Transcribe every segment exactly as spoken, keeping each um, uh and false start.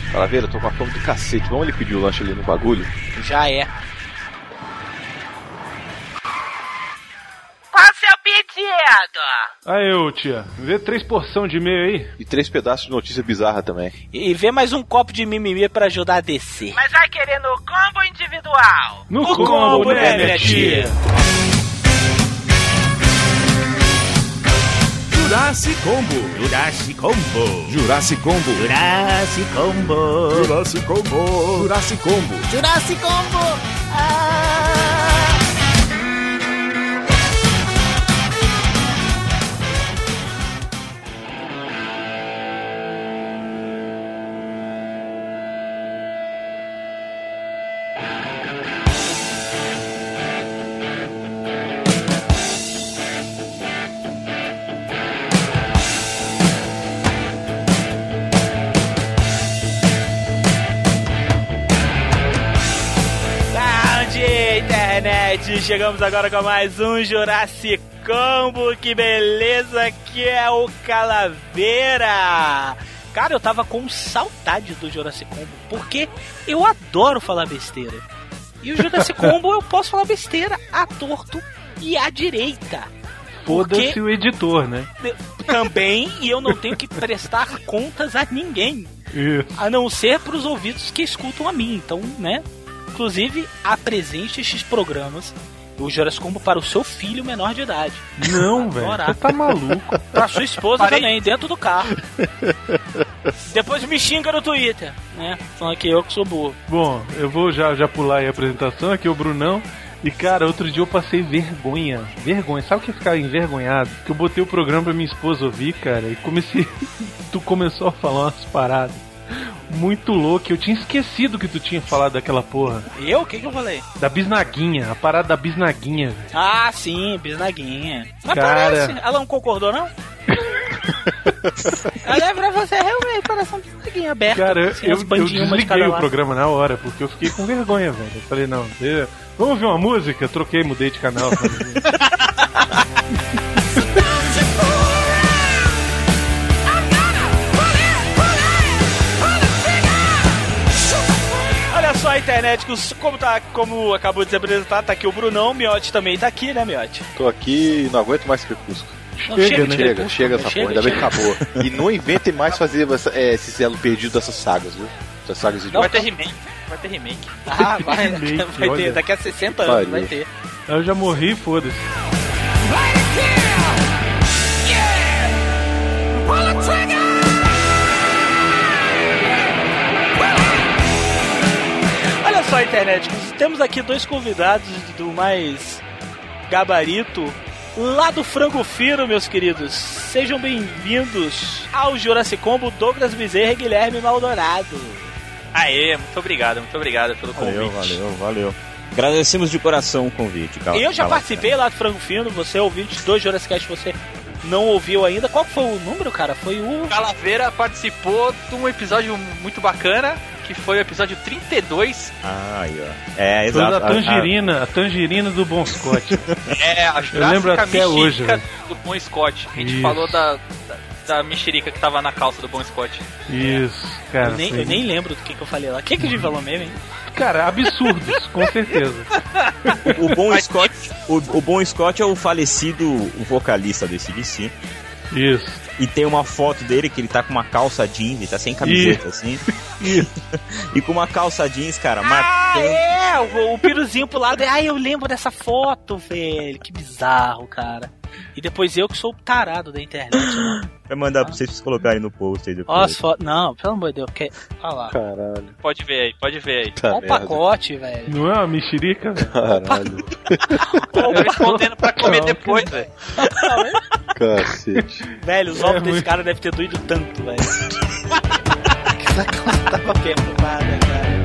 Calaveira, eu tô com a fome do cacete. Vamos ele pedir o lanche ali no bagulho? Já é. Qual o seu pedido? Aí, ô tia, vê três porções de meio aí. E três pedaços de notícia bizarra também. E vê mais um copo de mimimi pra ajudar a descer. Mas vai querer no combo individual? No, no combo, combo, né, minha tia? Jurassic Combo. Jurassic Combo. Jurassic Combo. Jurassic Combo. Jurassic Combo. Jurassic Combo. Jurassic Combo. Ah! Internet, chegamos agora com mais um Jurassic Combo, que beleza que é o Calaveira. Cara, eu tava com saudade do Jurassic Combo, porque eu adoro falar besteira. E o Jurassic Combo eu posso falar besteira à torto e à direita. Foda-se o editor, né? Também, e eu não tenho que prestar contas a ninguém. Isso. A não ser pros ouvidos que escutam a mim, então, né? Inclusive, apresente estes programas, o Jurassic Combo, para o seu filho menor de idade. Não, velho, você tá maluco. Pra sua esposa Parei. também, dentro do carro. Depois me xinga no Twitter, né? Falando que eu que sou burro. Bom, eu vou já, já pular aí a apresentação, aqui é o Brunão. E cara, outro dia eu passei vergonha. Vergonha, sabe o que é ficar envergonhado? Que eu botei o programa pra minha esposa ouvir, cara, e comecei... tu começou a falar umas paradas muito louco, eu tinha esquecido que tu tinha falado daquela porra. Eu? O que que eu falei? Da bisnaguinha, a parada da bisnaguinha. Véio. Ah, sim, bisnaguinha. Mas cara... parece, ela não concordou, não? Olha pra você, realmente parece uma bisnaguinha aberta. Cara, assim, eu, eu desliguei de o programa na hora, porque eu fiquei com vergonha, velho. Eu falei, não, eu... vamos ouvir uma música? Eu troquei, mudei de canal. Só a internet, como, tá, como acabou de se apresentar, tá aqui o Brunão, o Miotti também tá aqui, né, Miotti? Tô aqui e não aguento mais Crepúsculo. Chega, chega, né? Chega, chega essa porra, ainda bem que acabou. E não inventem mais fazer é, esse elo perdido dessas sagas, viu? Essas sagas idiotas. Vai ter remake, vai ter remake. Ah, vai, remake, vai ter, daqui a sessenta anos Pariu. vai ter. Eu já morri, foda-se. Olha só, internet, temos aqui dois convidados do mais gabarito lá do Frango Fino, meus queridos. Sejam bem-vindos ao Jurassic Combo, Douglas Bezerra e Guilherme Maldonado. Aê, muito obrigado, muito obrigado pelo convite. Valeu, valeu, valeu. Agradecemos de coração o convite. Cala, Eu já cala, participei cara. lá do Frango Fino, você ouvinte do Jurassic Cast, você não ouviu ainda. Qual foi o número, cara? Foi o... Calaveira participou de um episódio muito bacana, que foi o episódio trinta e dois. Ah, aí, ó. É, exato. Foi a tangerina, a... a tangerina do Bon Scott. É, a Eu lembro até hoje, do Bon Scott. A gente Isso. falou da, da, da mexerica que tava na calça do Bon Scott. Isso, cara. Eu nem, foi... eu nem lembro do que, que eu falei lá. O que, que a gente falou mesmo, hein? Cara, absurdos, com certeza. O Bon Scott, o, o Bon Scott é o falecido vocalista do A C D C. Isso. E tem uma foto dele que ele tá com uma calça jeans, ele tá sem camiseta, Isso. assim. Isso. E com uma calça jeans, cara, Ah, marcando... é! O, o piruzinho pro lado. Ah, eu lembro dessa foto, velho. Que bizarro, cara. E depois eu que sou o tarado da internet, né? Vai mandar ah. pra vocês colocarem no post aí depois. Nossa, foto. Não, pelo amor de Deus. Porque... Olha lá. Caralho. Pode ver aí, pode ver aí. Tá Olha o pacote, velho. Não é uma mexerica, velho? Caralho. Eu respondendo pra comer depois, velho. Cacete. Velho, os ovos é desse muito... cara devem ter doído tanto, velho. Que sacanagem tava perturbada, cara.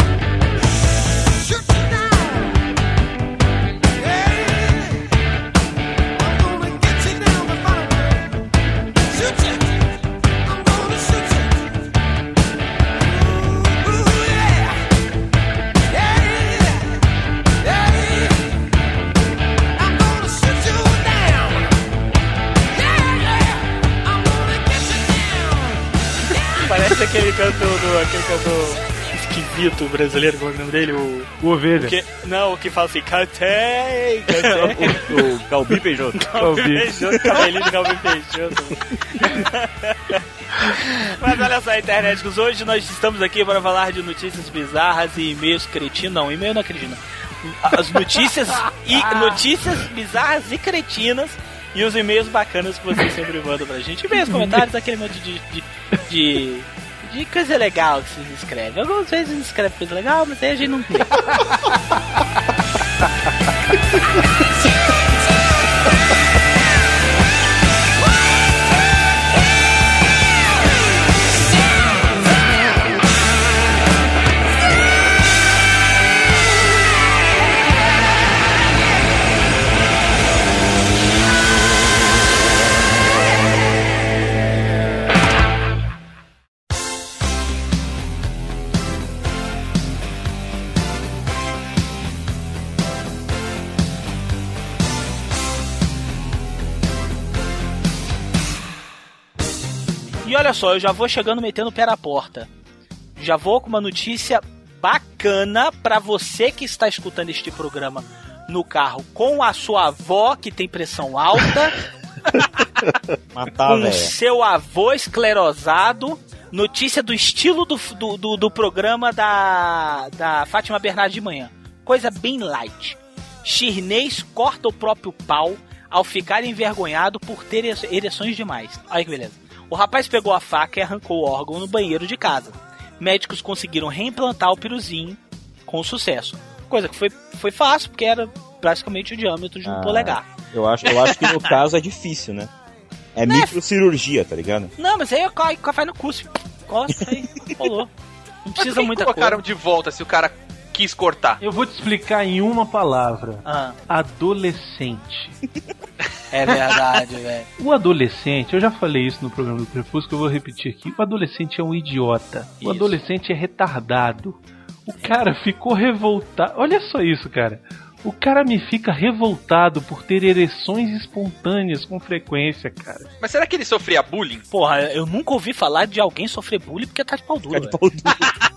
parece aquele cantor do. aquele cantor esquisito brasileiro, como é o nome dele? O, o Ovelha. O que, não, o que fala assim, cantei, cantei. o, o Calbi Peixoto. Calbi Peixoto, cabelinho do Calbi Peixoto. Mas olha só, internéticos, hoje nós estamos aqui para falar de notícias bizarras e e-mails cretinos. Não, e-mail não é cretino. As notícias, e, notícias bizarras e cretinas e os e-mails bacanas que vocês sempre mandam pra gente. E-mails, comentários, aquele monte de... de, de De coisa legal que vocês escrevem. Algumas vezes escreve coisa legal, mas aí a gente não tem. E olha só, eu já vou chegando metendo o pé na porta. Já vou com uma notícia bacana pra você que está escutando este programa no carro com a sua avó que tem pressão alta, Matar, com véia. seu avô esclerosado. Notícia do estilo do, do, do, do programa da, da Fátima Bernardes de manhã. Coisa bem light. Chirnês corta o próprio pau ao ficar envergonhado por ter ereções demais. Olha que beleza. O rapaz pegou a faca e arrancou o órgão no banheiro de casa. Médicos conseguiram reimplantar o piruzinho com sucesso. Coisa que foi, foi fácil, porque era praticamente o diâmetro de um ah, polegar. Eu acho, eu acho que no caso é difícil, né? É né? microcirurgia, tá ligado? Não, mas aí vai no cuspe. Costa aí, rolou. Não precisa mas muita coisa. Colocaram de volta se o cara quis cortar. Eu vou te explicar em uma palavra. Ah. Adolescente. É verdade, velho. O adolescente, eu já falei isso no programa do Crepúsculo, eu vou repetir aqui. O adolescente é um idiota. Isso. O adolescente é retardado. O cara ficou revoltado. Olha só isso, cara. O cara me fica revoltado por ter ereções espontâneas com frequência, cara. Mas será que ele sofria bullying? Porra, eu nunca ouvi falar de alguém sofrer bullying porque tá de pau duro. Tá de pau duro.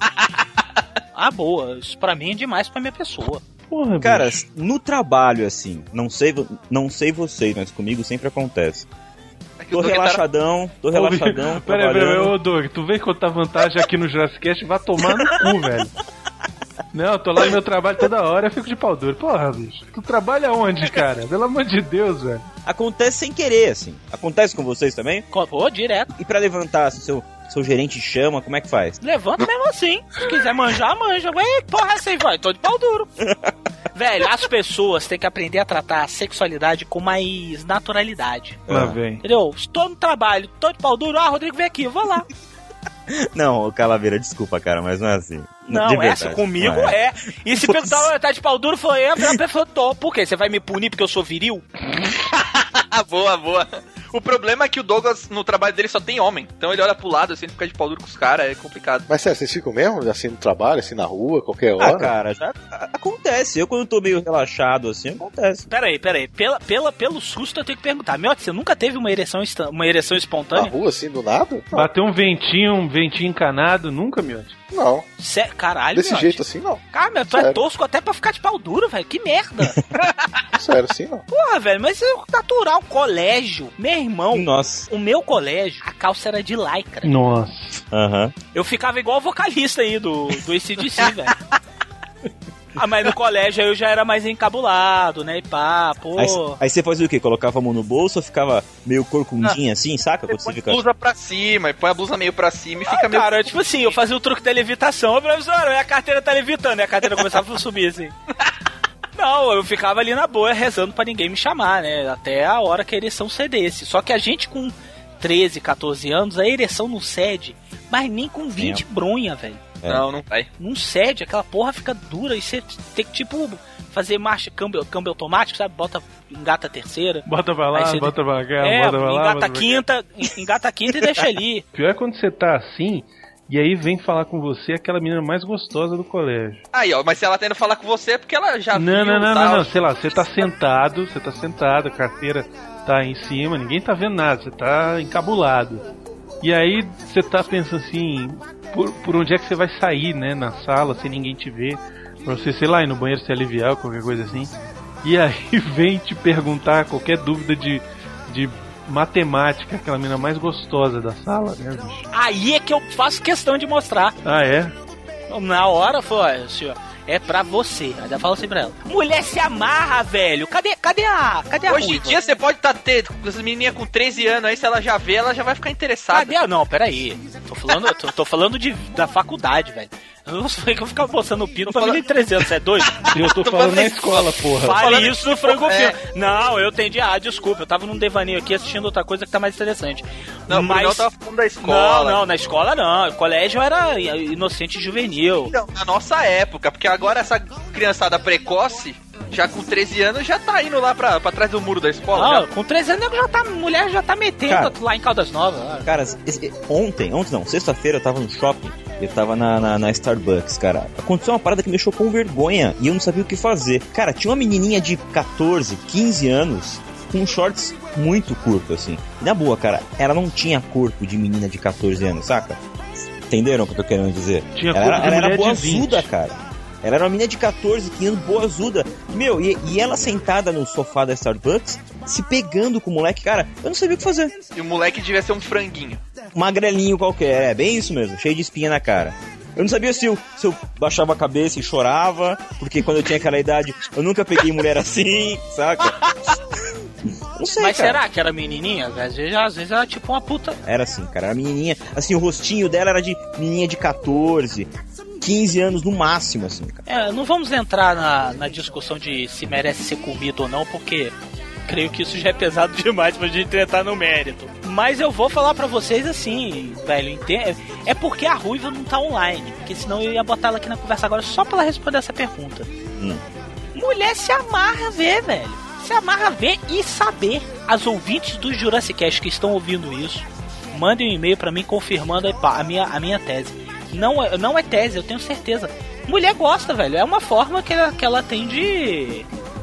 Ah, boa. Isso pra mim é demais pra minha pessoa. Porra, cara, bicho. no trabalho, assim, não sei, não sei vocês, mas comigo sempre acontece. É que Tô relaxadão, tô relaxadão. Peraí, peraí, ô Doug, tu vem contar vantagem aqui no Jurassic Cast, vai tomar no cu, velho. Não, eu tô lá no meu trabalho toda hora, eu fico de pau duro. Porra, bicho, tu trabalha onde, cara? Pelo amor de Deus, velho. Acontece sem querer, assim. Acontece com vocês também? Pô, direto. E pra levantar, assim, seu, seu gerente chama, como é que faz? Levanta mesmo assim. Se quiser manjar, manja. Ué, porra, assim vai, tô de pau duro. Velho, as pessoas têm que aprender a tratar a sexualidade com mais naturalidade. Lá Ah. vem. Entendeu? Estou no trabalho, tô de pau duro, ah, Rodrigo, vem aqui, eu vou lá. Não, Calaveira, desculpa, cara, mas não é assim. Não, De essa verdade, comigo não é. E se perguntar, tá de pau duro, foi eu, a pessoa, tô. Por quê? Você vai me punir porque eu sou viril? Boa, boa. O problema é que o Douglas, no trabalho dele, só tem homem. Então ele olha pro lado, assim, ele fica de pau duro com os caras, é complicado. Mas sério, vocês ficam mesmo assim no trabalho, assim na rua, qualquer hora? Ah, cara, já acontece. Eu, quando tô meio relaxado, assim, acontece. Pera aí, pera aí. Pela, pela, pelo susto eu tenho que perguntar. Miotti, você nunca teve uma ereção, insta- uma ereção Na espontânea? rua, assim, do nada? Não. Bateu um ventinho, um ventinho encanado, nunca, Miotti? Não. Cé- Caralho, Desse Miotti. jeito assim, não. Cara, mas tu é Sério. tosco até pra ficar de pau duro, velho. Que merda. Sério, assim, não. Porra, velho, mas é natural. Colégio. Meu irmão, Nossa. o meu colégio, a calça era de lycra. Nossa. Aham. Eu ficava igual o vocalista aí do, do A C D C, velho. Ah, mas no colégio aí eu já era mais encabulado, né? E pá, pô. Aí, aí você fazia o quê? Colocava a mão no bolso ou ficava meio corcundinha assim, saca? Quando Você você põe fica... a blusa pra cima, e põe a blusa meio pra cima e fica Ah, meio... cara, tipo assim, eu fazia o truque da levitação. Ô, professor, minha carteira tá levitando. E a carteira começava a subir, assim. Não, eu ficava ali na boa, rezando pra ninguém me chamar, né? Até a hora que a ereção cedesse. Só que a gente com treze, catorze anos, a ereção não cede, mas nem com vinte bronha, velho. É. Não, não vai. Não cede, aquela porra fica dura. E você tem que, tipo, fazer marcha, câmbio, câmbio automático, sabe? Bota, engata a terceira. Bota pra lá, Aí você- bota pra cá, É, bota pra lá. engata bota a pra quinta, engata a quinta e deixa ali. cá. Pior é quando você tá assim, e aí vem falar com você aquela menina mais gostosa do colégio. Aí, ó, mas se ela tá indo falar com você é porque ela já Não, viu, não, não, tal. não, não, sei lá, você tá sentado, você tá sentado, a carteira tá em cima, ninguém tá vendo nada, você tá encabulado. E aí você tá pensando assim, por, por onde é que você vai sair, né, na sala, sem ninguém te ver, pra você, sei lá, ir no banheiro se aliviar ou qualquer coisa assim. E aí vem te perguntar qualquer dúvida de, de matemática, aquela menina mais gostosa da sala, né, bicho? Aí é que eu faço questão de mostrar. Ah, é? Na hora, foi, senhor, é pra você. Aí eu falo assim pra ela: mulher se amarra, velho. Cadê, cadê a. Cadê a Hoje em ruiva? dia você pode estar tá tendo com essa menininha com treze anos aí, se ela já vê, ela já vai ficar interessada. Cadê a. Não, peraí. Tô falando, tô, tô falando de, da faculdade, velho. Eu não sei que eu ficava mostrando o pino pra menina de treze anos, você é doido? Eu tô falando na escola, porra. Fale isso no frango é. filme. Não, eu entendi. Ah, desculpa, eu tava num devaneio aqui assistindo outra coisa que tá mais interessante. Não, mas eu tava falando da escola. Não, não, na escola não. O colégio era inocente e juvenil. Não, na nossa época, porque agora essa criançada precoce, já com treze anos, já tá indo lá pra, pra trás do muro da escola. Não, já. com treze anos já tá, mulher já tá metendo Cara, lá em Caldas Novas. Ó. Cara, esse- ontem, ontem não, sexta-feira eu tava no shopping, eu tava na, na, na Starbucks, cara. Aconteceu uma parada que me deixou com vergonha e eu não sabia o que fazer. Cara, tinha uma menininha de catorze, quinze anos com shorts muito curto, assim. Na boa, cara, ela não tinha corpo de menina de catorze anos, saca? Entenderam o que eu tô querendo dizer? Tinha ela corpo era, de ela era mulher de boazuda, vinte. cara. Ela era uma menina de catorze, quinze anos, boazuda. Meu, e, e ela sentada no sofá da Starbucks, se pegando com o moleque, cara, eu não sabia o que fazer. E o moleque devia ser um franguinho. Magrelinho qualquer, é bem isso mesmo, cheio de espinha na cara. Eu não sabia se eu, se eu baixava a cabeça e chorava, porque quando eu tinha aquela idade, eu nunca peguei mulher assim, saca? Não sei, Mas cara. será que era menininha? Às vezes, às vezes era tipo uma puta. Era assim, cara, era menininha, assim, o rostinho dela era de menininha de catorze, quinze anos no máximo, assim, cara. É, não vamos entrar na, na discussão de se merece ser comido ou não, porque creio que isso já é pesado demais pra gente entrar no mérito. Mas eu vou falar pra vocês assim, velho, entende? É porque a Ruiva não tá online, porque senão eu ia botar ela aqui na conversa agora só pra ela responder essa pergunta. Hum. Mulher se amarra a ver, velho. Se amarra a ver e saber. As ouvintes do Jurassic Cast que estão ouvindo isso, mandem um e-mail pra mim confirmando a minha, a minha tese. Não é, não é tese, eu tenho certeza. Mulher gosta, velho. É uma forma que ela, que ela tem de...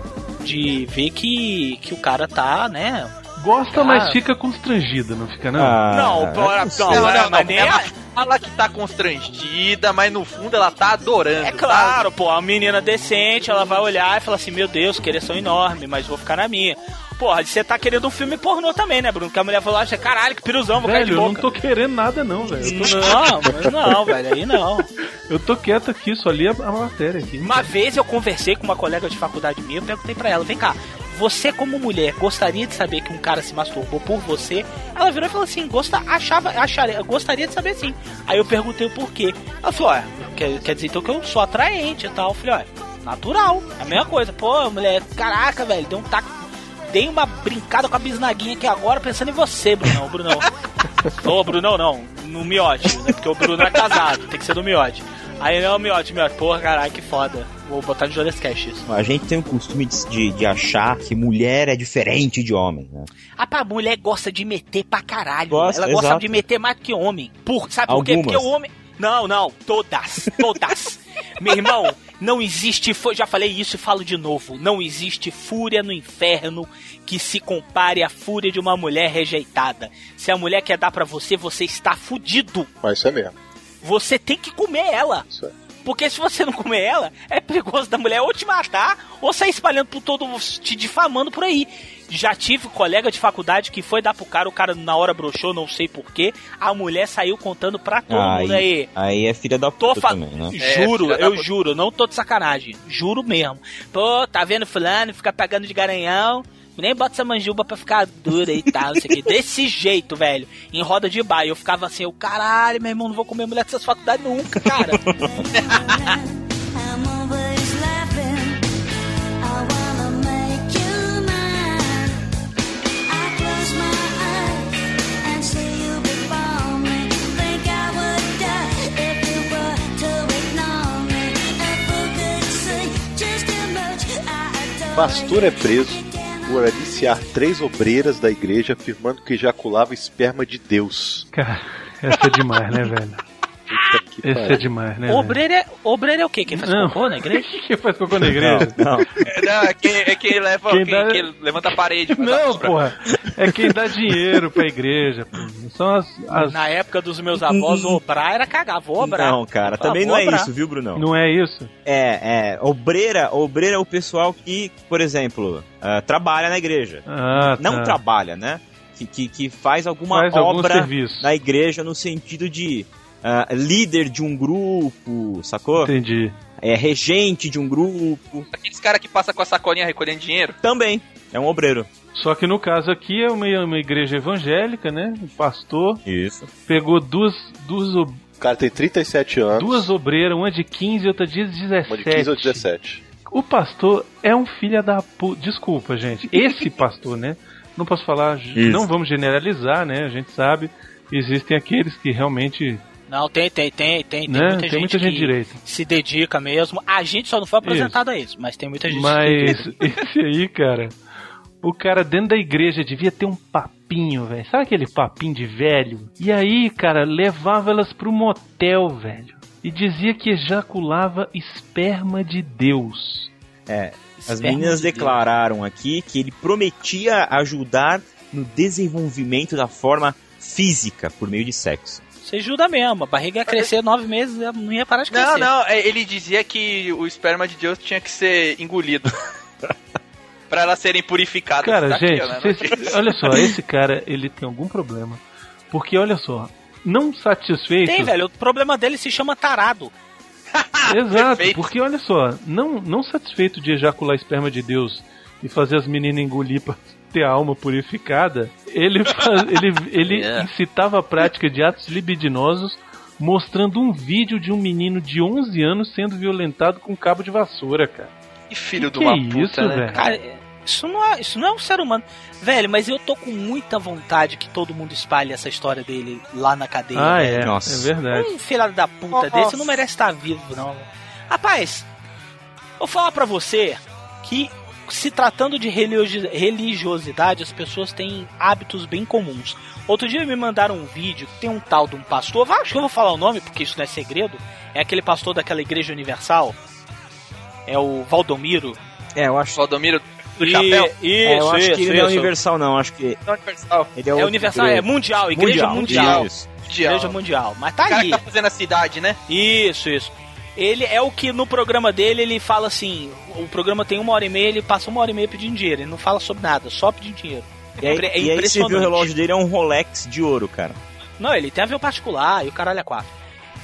de ver que, que o cara tá, né... Gosta, Ah. mas fica constrangida, não fica não? Ah, Não, bora, sei. não, Não, é, não, mas não. nem Ela a- fala que tá constrangida, mas no fundo ela tá adorando. É claro, pô, a menina decente, ela vai olhar e falar assim, meu Deus, quereção enorme, mas vou ficar na minha. Porra, você tá querendo um filme pornô também, né, Bruno? Que a mulher falou, acha, caralho, que piruzão, vou cair de Velho, eu boca. não tô querendo nada não, velho. Eu tô, Não, mas não, velho, aí não. eu tô quieto aqui, só li a, a matéria aqui. Uma vez eu conversei com uma colega de faculdade minha, eu perguntei pra ela, vem cá, você como mulher gostaria de saber que um cara se masturbou por você? Ela virou e falou assim, gosta, achava, acharia, gostaria de saber sim. Aí eu perguntei o porquê. Ela falou, olha, quer, quer dizer então que eu sou atraente e tal. Eu falei, olha, natural, é a mesma coisa. Pô, mulher, caraca, velho, deu um taco, dei uma brincada com a bisnaguinha aqui agora pensando em você, Brunão, Brunão. Ô, Brunão, não, no miote, né? Porque o Bruno é casado, tem que ser no miote. Aí não, miote, miote, porra, caralho, que foda. Vou botar no Jurassic Cast isso. A gente tem o costume de, de, de achar que mulher é diferente de homem, né? Ah, pá, mulher gosta de meter pra caralho. Gosta, Ela gosta exato. de meter mais que homem. Por, sabe por quê? Algumas. Porque o homem... Não, não, todas, todas. Meu irmão, não existe... fu- Já falei isso e falo de novo. Não existe fúria no inferno que se compare à fúria de uma mulher rejeitada. Se a mulher quer dar pra você, você está fudido. Mas isso é mesmo. Você tem que comer ela. Isso é. Porque se você não comer ela, é perigoso da mulher ou te matar, ou sair espalhando por todo, te difamando por aí. Já tive colega de faculdade que foi dar pro cara, o cara na hora broxou, não sei porquê, a mulher saiu contando pra todo mundo aí. Aí é filha da Tô puta fa... também, né? Juro, É, filha da eu puta. juro, não tô de sacanagem. Juro mesmo. Pô, tá vendo fulano, fica pagando de garanhão. Nem bota essa manjuba pra ficar dura e tal, não sei o que. Desse jeito, velho. Em roda de baile. Eu ficava assim, eu, caralho, meu irmão, não vou comer mulher dessas faculdades nunca, cara. I'm always laughing. I wanna make you mine. I close my eyes and see you before me. Think I would die if you were to ignore me. If you could see just how much I adore Pastor you. é preso por aliciar três obreiras da igreja afirmando que ejaculava esperma de Deus. Cara, essa é demais, né, velho? que Esse pariu. é demais, né? Obreiro é, obreiro é o quê? Quem faz Não. cocô na igreja? Quem faz cocô na igreja? Não, É, não, é quem, é quem leva. Quem Quem, dá- quem levanta a parede. faz a Não, obra. porra. É quem dá dinheiro pra igreja, pô. São as. as... Na época dos meus avós, obrar era cagar. Vou obrar. não, cara, Vou também não é obrar. isso, viu, Brunão? Não é isso? É, é, obreira, obreira é o pessoal que, por exemplo, ah, trabalha na igreja. Ah, Não tá. trabalha, né? Que, que, que faz alguma Faz algum obra serviço. na igreja no sentido de ah, líder de um grupo, sacou? Entendi. É regente de um grupo. Aqueles caras que passam com a sacolinha recolhendo dinheiro. Também é um obreiro. Só que no caso aqui é uma, uma igreja evangélica, né? O pastor Isso. pegou duas, duas, ob- O cara tem trinta e sete anos. duas obreiras, uma de quinze e outra de dezessete. Uma de quinze ou dezessete. O pastor é um filho da puta. Desculpa, gente. Esse pastor, né? Não posso falar, Isso. não vamos generalizar, né? A gente sabe, existem aqueles que realmente, Não, tem, tem, tem, tem. Tem né? muita Tem gente muita gente que direita. se dedica mesmo. A gente só não foi apresentado a isso, mas tem muita gente Mas esse aí, cara, o cara dentro da igreja devia ter um papinho, velho. Sabe aquele papinho de velho? E aí, cara, levava elas pro motel, velho. E dizia que ejaculava esperma de Deus. É. As Esperma meninas de Deus. declararam aqui que ele prometia ajudar no desenvolvimento da forma física por meio de sexo. Você ajuda mesmo. A barriga ia crescer nove meses, não ia parar de crescer. Não, não, é, ele dizia que o esperma de Deus tinha que ser engolido. Pra elas serem purificadas. Cara, Tá aqui, gente, ó, né? cês- olha só, esse cara, ele tem algum problema. Porque, olha só, não satisfeito... Tem, velho. O problema dele se chama tarado. Exato, Perfeito. porque olha só, não, não satisfeito de ejacular esperma de Deus e fazer as meninas engolir pra ter a alma purificada, ele, faz- ele, ele Yeah. incitava a prática de atos libidinosos, mostrando um vídeo de um menino de onze anos sendo violentado com um cabo de vassoura, cara. Que filho Que de uma que é puta, isso, né? velho? Cara, isso não, é, isso não é um ser humano. Velho, mas eu tô com muita vontade que todo mundo espalhe essa história dele lá na cadeia. Ah, velho. é, Nossa. é verdade. Um filho da puta Nossa. desse não merece estar vivo, não. Rapaz, vou falar pra você que, se tratando de religio- religiosidade, as pessoas têm hábitos bem comuns. Outro dia me mandaram um vídeo que tem um tal de um pastor, acho que eu vou falar o nome porque isso não é segredo, é aquele pastor daquela Igreja Universal, é o Valdomiro. É, eu acho. Valdomiro do E- chapéu. Isso, É, eu acho isso, que ele não é isso. universal, não. Acho que Não, universal. ele é, É outro universal, igreja. é mundial, Igreja Mundial. Isso. Igreja Mundial, mas tá O cara aí. que tá fazendo a cidade, né? Isso, isso. Ele é o que no programa dele ele fala assim: o programa tem uma hora e meia, ele passa uma hora e meia pedindo dinheiro, ele não fala sobre nada, só pedindo dinheiro. E aí, Impre- é e aí você viu o impressionante. relógio dele, é um Rolex de ouro, cara. Não, ele tem avião particular e o caralho é quatro.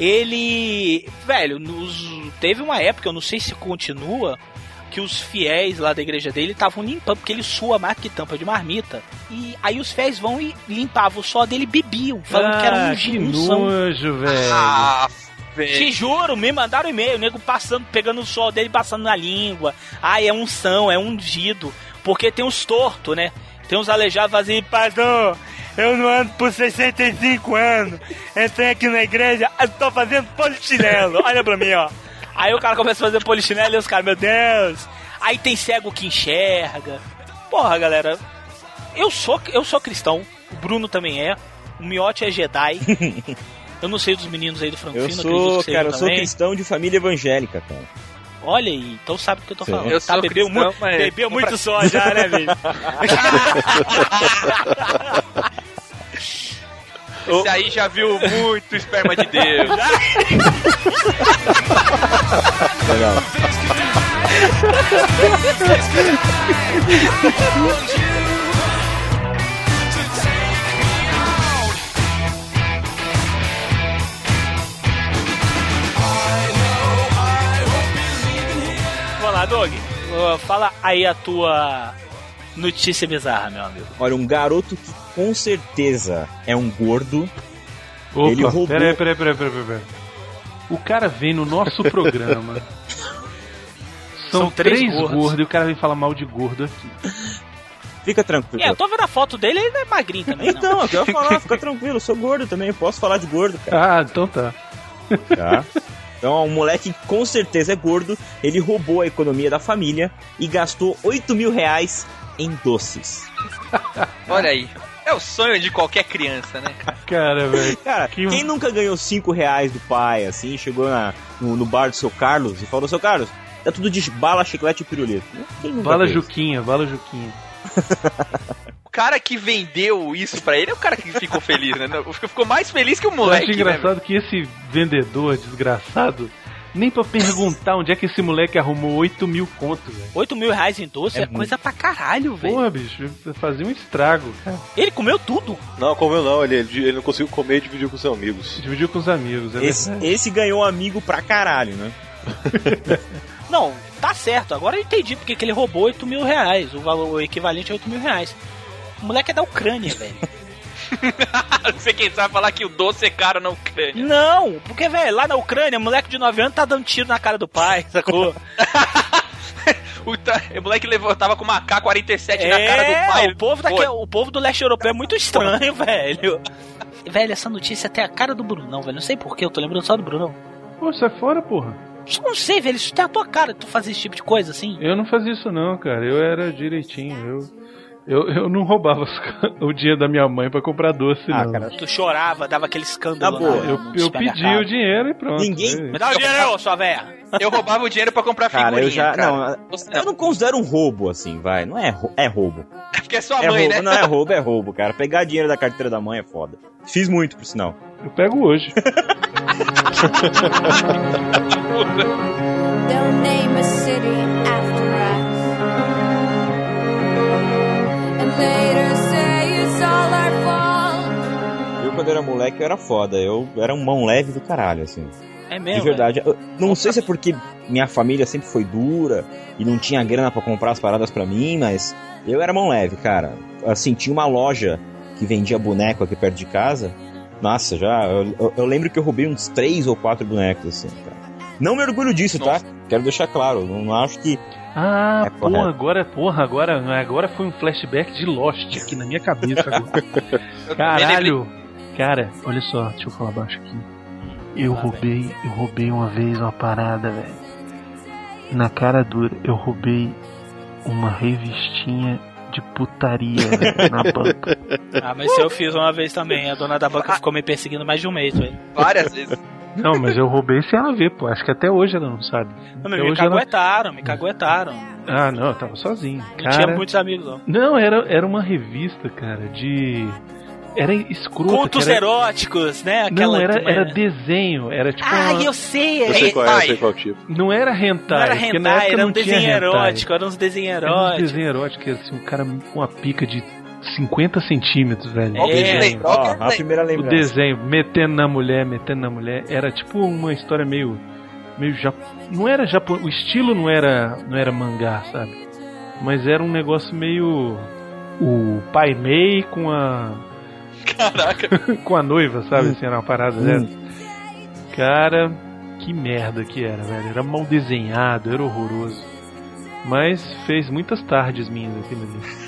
Ele, velho, nos, teve uma época, eu não sei se continua, que os fiéis lá da igreja dele estavam limpando, porque ele sua mais que tampa de marmita. E aí os fiéis vão e limpavam o suor dele e bebiam, falando que era um Ah, que unção. nojo, velho. Ah, velho. Te juro, me mandaram e-mail, o nego passando, pegando o sol dele, passando na língua. Ai, é unção, é ungido. Porque tem uns tortos, né? Tem uns aleijados assim, pastor, eu não ando por sessenta e cinco anos. Entrei aqui na igreja, eu tô fazendo polichinelo. Olha pra mim, ó. Aí o cara começa a fazer polichinelo e os caras, meu Deus. Aí tem cego que enxerga. Porra, galera, eu sou, eu sou cristão, o Bruno também é, o Miotti é Jedi. Eu não sei dos meninos aí do Franco Eu Fino, acredito sou, que sejam cara, eu sou também. cristão de família evangélica, cara. Olha aí, então sabe o que eu tô Sim. falando. Eu tá, sou bebeu cristão, muito, mas- bebeu muito só já, né, velho? Esse aí já viu muito esperma de Deus. Legal. Vamos lá, Doug. Uh, fala aí a tua notícia bizarra, meu amigo. Olha, um garoto que com certeza é um gordo. Ele Opa, roubou- peraí, peraí, peraí, peraí, peraí. O cara vem no nosso programa. São, São três três, gordos. gordos. E o cara vem falar mal de gordo aqui. Fica tranquilo. É, eu tô vendo a foto dele, ele não é magrinho também, não. Então, eu quero falar, fica tranquilo, eu sou gordo também, posso falar de gordo, cara. Ah, então tá. Tá? Então, um moleque que com certeza é gordo, ele roubou a economia da família e gastou oito mil reais em doces. Olha aí. É o sonho de qualquer criança, né, cara? Cara, velho. Cara, que... quem nunca ganhou cinco reais do pai, assim, chegou na, no, no bar do seu Carlos e falou, seu Carlos, tá tudo de bala, chiclete e pirulito. Quem nunca Bala fez? Juquinha, bala Juquinha. O cara que vendeu isso pra ele é o cara que ficou feliz, né? Ficou mais feliz que o Eu moleque, acho engraçado né? que esse vendedor desgraçado, nem pra perguntar onde é que esse moleque arrumou oito mil contos, velho. oito mil reais em doce é, É coisa pra caralho, velho. Porra, bicho, fazia um estrago, cara. Ele comeu tudo. Não, comeu não, ele, ele, ele não conseguiu comer e dividiu com seus amigos. Dividiu com os amigos, é Esse, verdade. esse ganhou amigo pra caralho, né? Não, tá certo. Agora eu entendi porque que ele roubou oito mil reais. O valor o equivalente a oito mil reais. O moleque é da Ucrânia, velho. Você quem sabe falar que o doce é caro na Ucrânia. Não, porque, velho, lá na Ucrânia, moleque de nove anos tá dando tiro na cara do pai, sacou? o, ta... o moleque levou, tava com uma K quarenta e sete é, na cara do pai. o povo, daqui, o povo do leste europeu é muito estranho, velho. Velho, essa notícia até a cara do Brunão, velho. Não sei porquê, eu tô lembrando só do Brunão. Pô, sai fora, porra. Eu não sei, velho, isso tem a tua cara, tu fazer esse tipo de coisa assim. Eu não fazia isso não, cara. Eu era direitinho, eu... Eu, eu não roubava o dinheiro da minha mãe pra comprar doce, Ah, não. cara, Tu chorava, dava aquele escândalo. Na boa, lá, Eu, no eu pedi supermercado. o dinheiro e pronto. Ninguém- É. Me dá o dinheiro, sua véia. Eu roubava o dinheiro pra comprar cara, figurinha, eu já... cara. Não, Você eu não considero um roubo, assim, vai. Não é, rou- é roubo. É porque é sua É mãe, roubo, né? não é roubo, é roubo, cara. Pegar dinheiro da carteira da mãe é foda. Fiz muito, por sinal. Eu pego hoje. Don't name a city after us. And later say it's all our fault. Eu, quando era moleque, eu era foda. Eu era um mão leve do caralho, assim. É De mesmo, verdade. Eu não sei se é porque minha família sempre foi dura e não tinha grana pra comprar as paradas pra mim, mas eu era mão leve, cara. Assim, tinha uma loja que vendia boneco aqui perto de casa. Nossa, já... Eu, eu- eu lembro que eu roubei uns três ou quatro bonecos, assim, cara. Não me orgulho disso, Nossa. tá? Quero deixar claro. Não, não acho que... Ah, É porra, correto. agora, porra, agora, agora foi um flashback de Lost aqui na minha cabeça agora. Eu Caralho! Cara, olha só, deixa eu falar baixo aqui. Eu roubei, eu roubei uma vez uma parada, velho. Na cara dura, eu roubei uma revistinha de putaria, velho, na banca. Ah, mas isso eu fiz uma vez também. A dona da banca ficou me perseguindo mais de um mês, velho. Várias vezes. Não, mas eu roubei sem ela ver, pô. Acho que até hoje ela não sabe. Não, Até me hoje ela... caguetaram, me caguetaram. Ah, não, eu tava sozinho. Não Cara... tinha muitos amigos, não. Não, era, era uma revista, cara, de... Era escrota. Contos que era... eróticos, né? Não, era, turma- era desenho, era tipo Ah, uma... eu sei. Eu sei qual é, eu Hentai. sei qual tipo. Não era hentai, Não era porque na hentai, época era não um tinha desenho hentai. erótico, era uns desenhos Era um eróticos. desenho erótico, assim, um cara com uma pica de cinquenta centímetros, velho. Ó, É. lembra- ó, Ó, que a primeira O lembrança. desenho, metendo na mulher, metendo na mulher, era tipo uma história meio... meio jap... Não era japonês, o estilo não era, não era mangá, sabe? Mas era um negócio meio... O Pai Mei com a... Caraca. com a noiva, sabe? Assim, era uma parada Hum. dessa. Cara, que merda que era, velho. Era mal desenhado, era horroroso. Mas fez muitas tardes minhas aquilo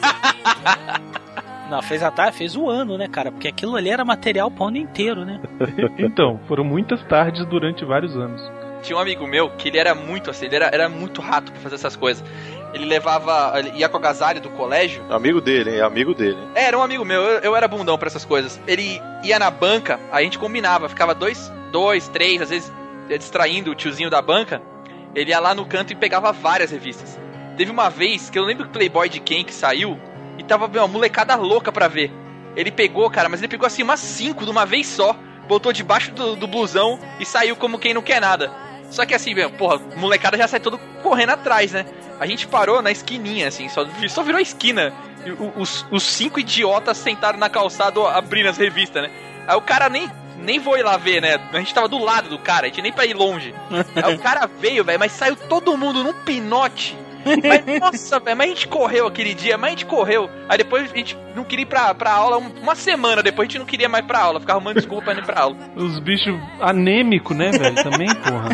ali. Não, fez a tarde, fez o ano, né, cara? Porque aquilo ali era material pro ano inteiro, né? Então, foram muitas tardes durante vários anos. Tinha um amigo meu que ele era muito assim, ele era, era muito rato pra fazer essas coisas. Ele levava, ele ia com a agasalho do colégio. Amigo dele, hein? Amigo dele. É, era um amigo meu, eu, eu era bundão pra essas coisas. Ele ia na banca, a gente combinava, ficava dois, dois, três, às vezes distraindo o tiozinho da banca. Ele ia lá no canto e pegava várias revistas. Teve uma vez que eu lembro que o Playboy de quem que saiu e tava uma molecada louca pra ver. Ele pegou, cara, mas ele pegou assim umas cinco de uma vez só, botou debaixo do, do blusão e saiu como quem não quer nada. Só que assim, meu, porra, molecada já sai todo correndo atrás, né? A gente parou na esquininha, assim, só, só virou a esquina. E o- os, os cinco idiotas sentaram na calçada abrindo as revistas, né? Aí o cara nem, nem foi lá ver, né? A gente tava do lado do cara, a gente nem pra ir longe. Aí o cara veio, velho, mas saiu todo mundo num pinote. Mas, nossa, velho, mas a gente correu aquele dia, mas a gente correu. Aí depois a gente não queria ir pra, pra aula, um- uma semana depois a gente não queria mais ir pra aula, ficava arrumando desculpa pra não ir pra aula. Os bichos anêmicos, né, velho? Também, porra.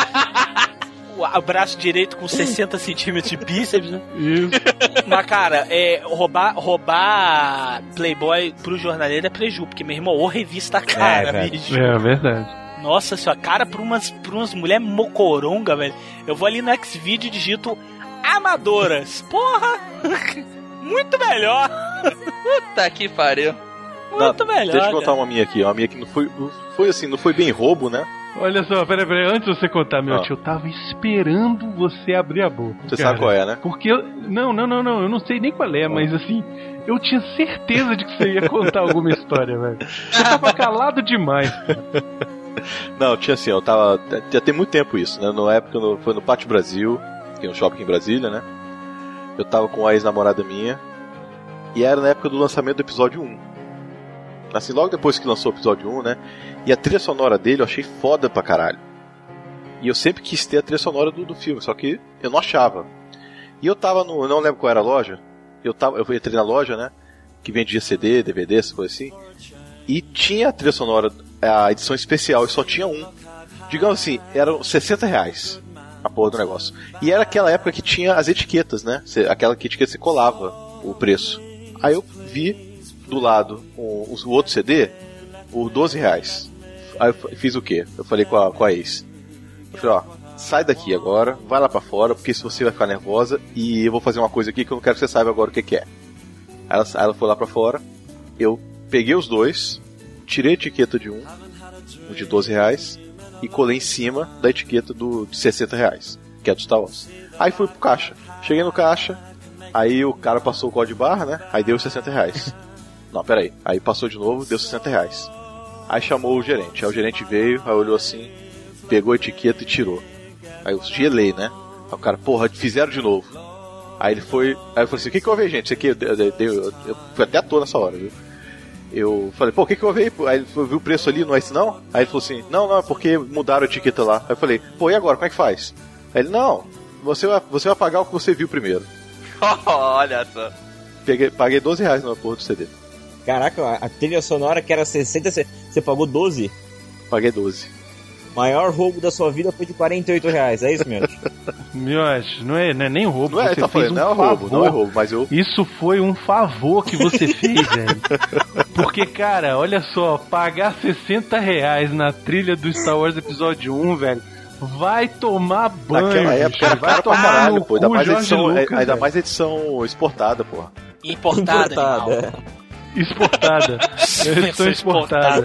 O, o braço direito com sessenta centímetros de bíceps, né? Isso. Mas, cara, é, roubar, roubar Playboy pro jornaleiro é preju, porque, meu irmão, ô revista cara, É, velho. bicho. É verdade. Nossa senhora, cara, pra umas, pra umas mulheres mocoronga, velho. Eu vou ali no Xvideo e digito amadoras. Porra! Muito melhor! Puta que pariu. Muito não, melhor. Deixa eu contar cara. uma minha aqui. Uma minha que não foi, não foi assim, não foi bem roubo, né? Olha só, peraí, peraí, antes de você contar, meu Ah. tio, eu tava esperando você abrir a boca. Você cara. sabe qual é, né? Porque eu. Não, não, não, não, eu não sei nem qual é, mas assim, eu tinha certeza de que você ia contar alguma história, velho. Eu tava calado demais. Não, tinha assim, eu tava. Já tem muito tempo isso, né? Na época no, foi no Pátio Brasil, tem um shopping em Brasília, né? Eu tava com a ex-namorada minha. E era na época do lançamento do episódio um. Assim, logo depois que lançou o episódio um, né? E a trilha sonora dele eu achei foda pra caralho. E eu sempre quis ter a trilha sonora do, do filme, só que eu não achava. E eu tava no. Eu não lembro qual era a loja. Eu, tava, eu entrei na loja, né? Que vendia C D, D V D, essas coisas assim. E tinha a trilha sonora, a edição especial, e só tinha um. Digamos assim, eram sessenta reais a porra do negócio. E era aquela época que tinha as etiquetas, né? Você, aquela que etiqueta você colava o preço. Aí eu vi do lado o, o outro C D por doze reais. Aí eu fiz o quê? Eu falei com a, com a ex. Eu falei, ó, sai daqui agora, vai lá pra fora, porque se você vai ficar nervosa e eu vou fazer uma coisa aqui que eu não quero que você saiba agora o que, que é. Aí ela, aí ela foi lá pra fora, eu peguei os dois, tirei a etiqueta de um, o de doze reais, e colei em cima da etiqueta do, de sessenta reais, que é do Star Wars. Aí fui pro caixa. Cheguei no caixa, aí o cara passou o código de barra, né? Aí deu sessenta reais. Não, peraí. Aí passou de novo, deu sessenta reais. Aí chamou o gerente. Aí o gerente veio, aí olhou assim, pegou a etiqueta e tirou. Aí eu gelei, né? Aí o cara, porra, fizeram de novo. Aí ele foi. Aí eu falei assim: o que que houve, gente? Isso aqui, eu, eu, eu, eu, eu fui até à toa nessa hora, viu? Eu falei, pô, o que que houve aí? Aí ele viu o preço ali, não é isso não? Aí ele falou assim: não, não, é porque mudaram a etiqueta lá. Aí eu falei, pô, e agora? Como é que faz? Aí ele, não, você vai, você vai pagar o que você viu primeiro. Olha só. Peguei, paguei doze reais numa porra do C D. Caraca, a trilha sonora que era sessenta, você pagou doze? Paguei doze. Maior roubo da sua vida foi de quarenta e oito reais, é isso mesmo? Miote, não é, não é nem roubo. Não é, você tá fez falando, um não é favor. roubo, não é roubo, mas eu... Isso foi um favor que você fez, velho. Porque, cara, olha só, pagar sessenta reais na trilha do Star Wars Episódio um, velho, vai tomar banho. Naquela época era vai caro pra tomar caralho, no pô. Ainda cu, mais, Jorge edição, Lucas, ainda velho. mais edição exportada, porra. Importada. Importada. Exportada. Edição exportada.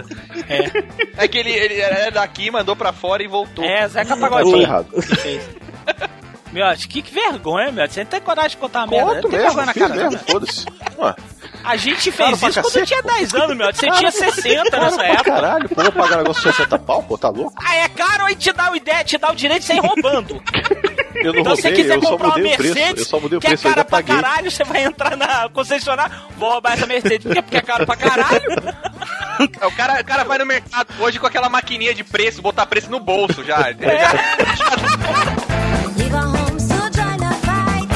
É. É que ele, ele era daqui, mandou pra fora e voltou. É, Zeca Tá Pagodinho. errado. que fez. Miote, que, que vergonha, Miote. Você não tem coragem de contar uma merda. Conto Não tem mesmo, vergonha na fiz cara. mesmo, Não. foda-se. Ué, A gente Claro, fez pra isso quando eu cacete, tinha pô. dez anos, Miote. Você tinha sessenta cara, nessa pra época. caralho, pô, vou pagar um negócio de sessenta pau, pô, tá louco? Ah, é caro aí te dá o ideia, te dá o direito de sair roubando. Eu não Então se você roubei, quiser eu só comprar uma mudei o preço, Mercedes, eu só mudei o que é preço, eu cara ainda pra paguei. caralho, você vai entrar na concessionária, vou roubar essa Mercedes. Por quê? Porque é caro pra caralho. O cara, o cara vai no mercado hoje com aquela maquininha de preço, botar preço no bolso já. É. Leave our home so join the fight.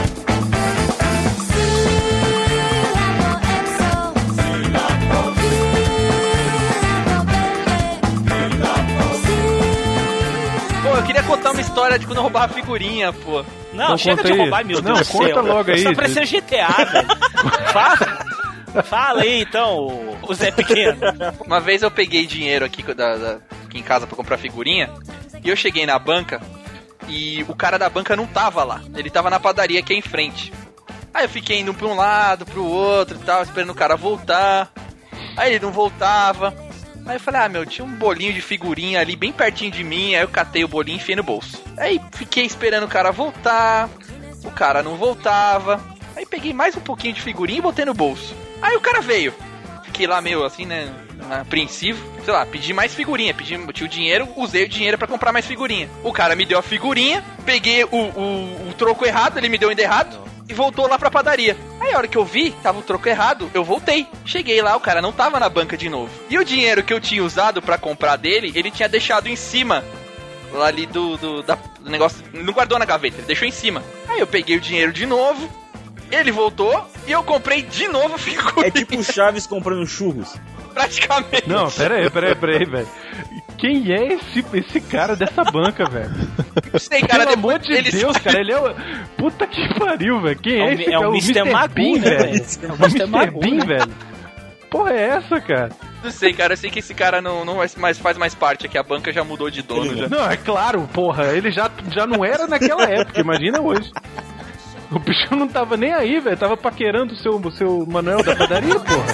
Pô, eu queria contar uma história de quando eu roubava figurinha, pô. Não, Então chega conta de aí. roubar, meu Não, Deus do conta céu. logo aí. Você tá parecendo G T A, velho. Fala. Fala aí, então, o- o Zé Pequeno. Uma vez eu peguei dinheiro aqui, da, da- aqui em casa pra comprar figurinha, e eu cheguei na banca, e o cara da banca não tava lá. Ele tava na padaria aqui em frente. Aí eu fiquei indo pra um lado, pro outro e tal, esperando o cara voltar. Aí ele não voltava. Aí eu falei, ah, meu, tinha um bolinho de figurinha ali bem pertinho de mim. Aí eu catei o bolinho e enfiei no bolso. Aí fiquei esperando o cara voltar. O cara não voltava. Aí peguei mais um pouquinho de figurinha e botei no bolso. Aí o cara veio. Fiquei lá meio assim, né, apreensivo. Sei lá, pedi mais figurinha. Pedi, tinha o dinheiro, usei o dinheiro pra comprar mais figurinha. O cara me deu a figurinha. Peguei o, o, o troco errado, ele me deu ainda errado. E voltou lá pra padaria. Aí a hora que eu vi, tava o troco errado, eu voltei. Cheguei lá, o cara não tava na banca de novo. E o dinheiro que eu tinha usado pra comprar dele, ele tinha deixado em cima. Lá ali do, do, da, do negócio. Não guardou na gaveta, ele deixou em cima. Aí eu peguei o dinheiro de novo. Ele voltou e eu comprei de novo figurinha. É tipo o Chaves comprando churros. Praticamente. Não, pera aí, pera aí, pera aí, velho. Quem é esse, esse cara dessa banca, velho? Não sei, cara, Pelo depois amor de ele Deus, saiu- cara, ele é o... Puta que pariu, velho. Quem é, É o esse Mi- é cara? o mister Magoo, Bean, né, velho? velho? É o É o mister mister Magoo, Bean, né? velho. Porra é essa, cara? Não sei, cara, eu sei que esse cara não, não mais, faz mais parte aqui. A banca já mudou de dono. Já. Não, é claro, porra. Ele já, já não era naquela época, imagina hoje. O bicho não tava nem aí, velho. Tava paquerando o seu, o seu Manuel da padaria, porra.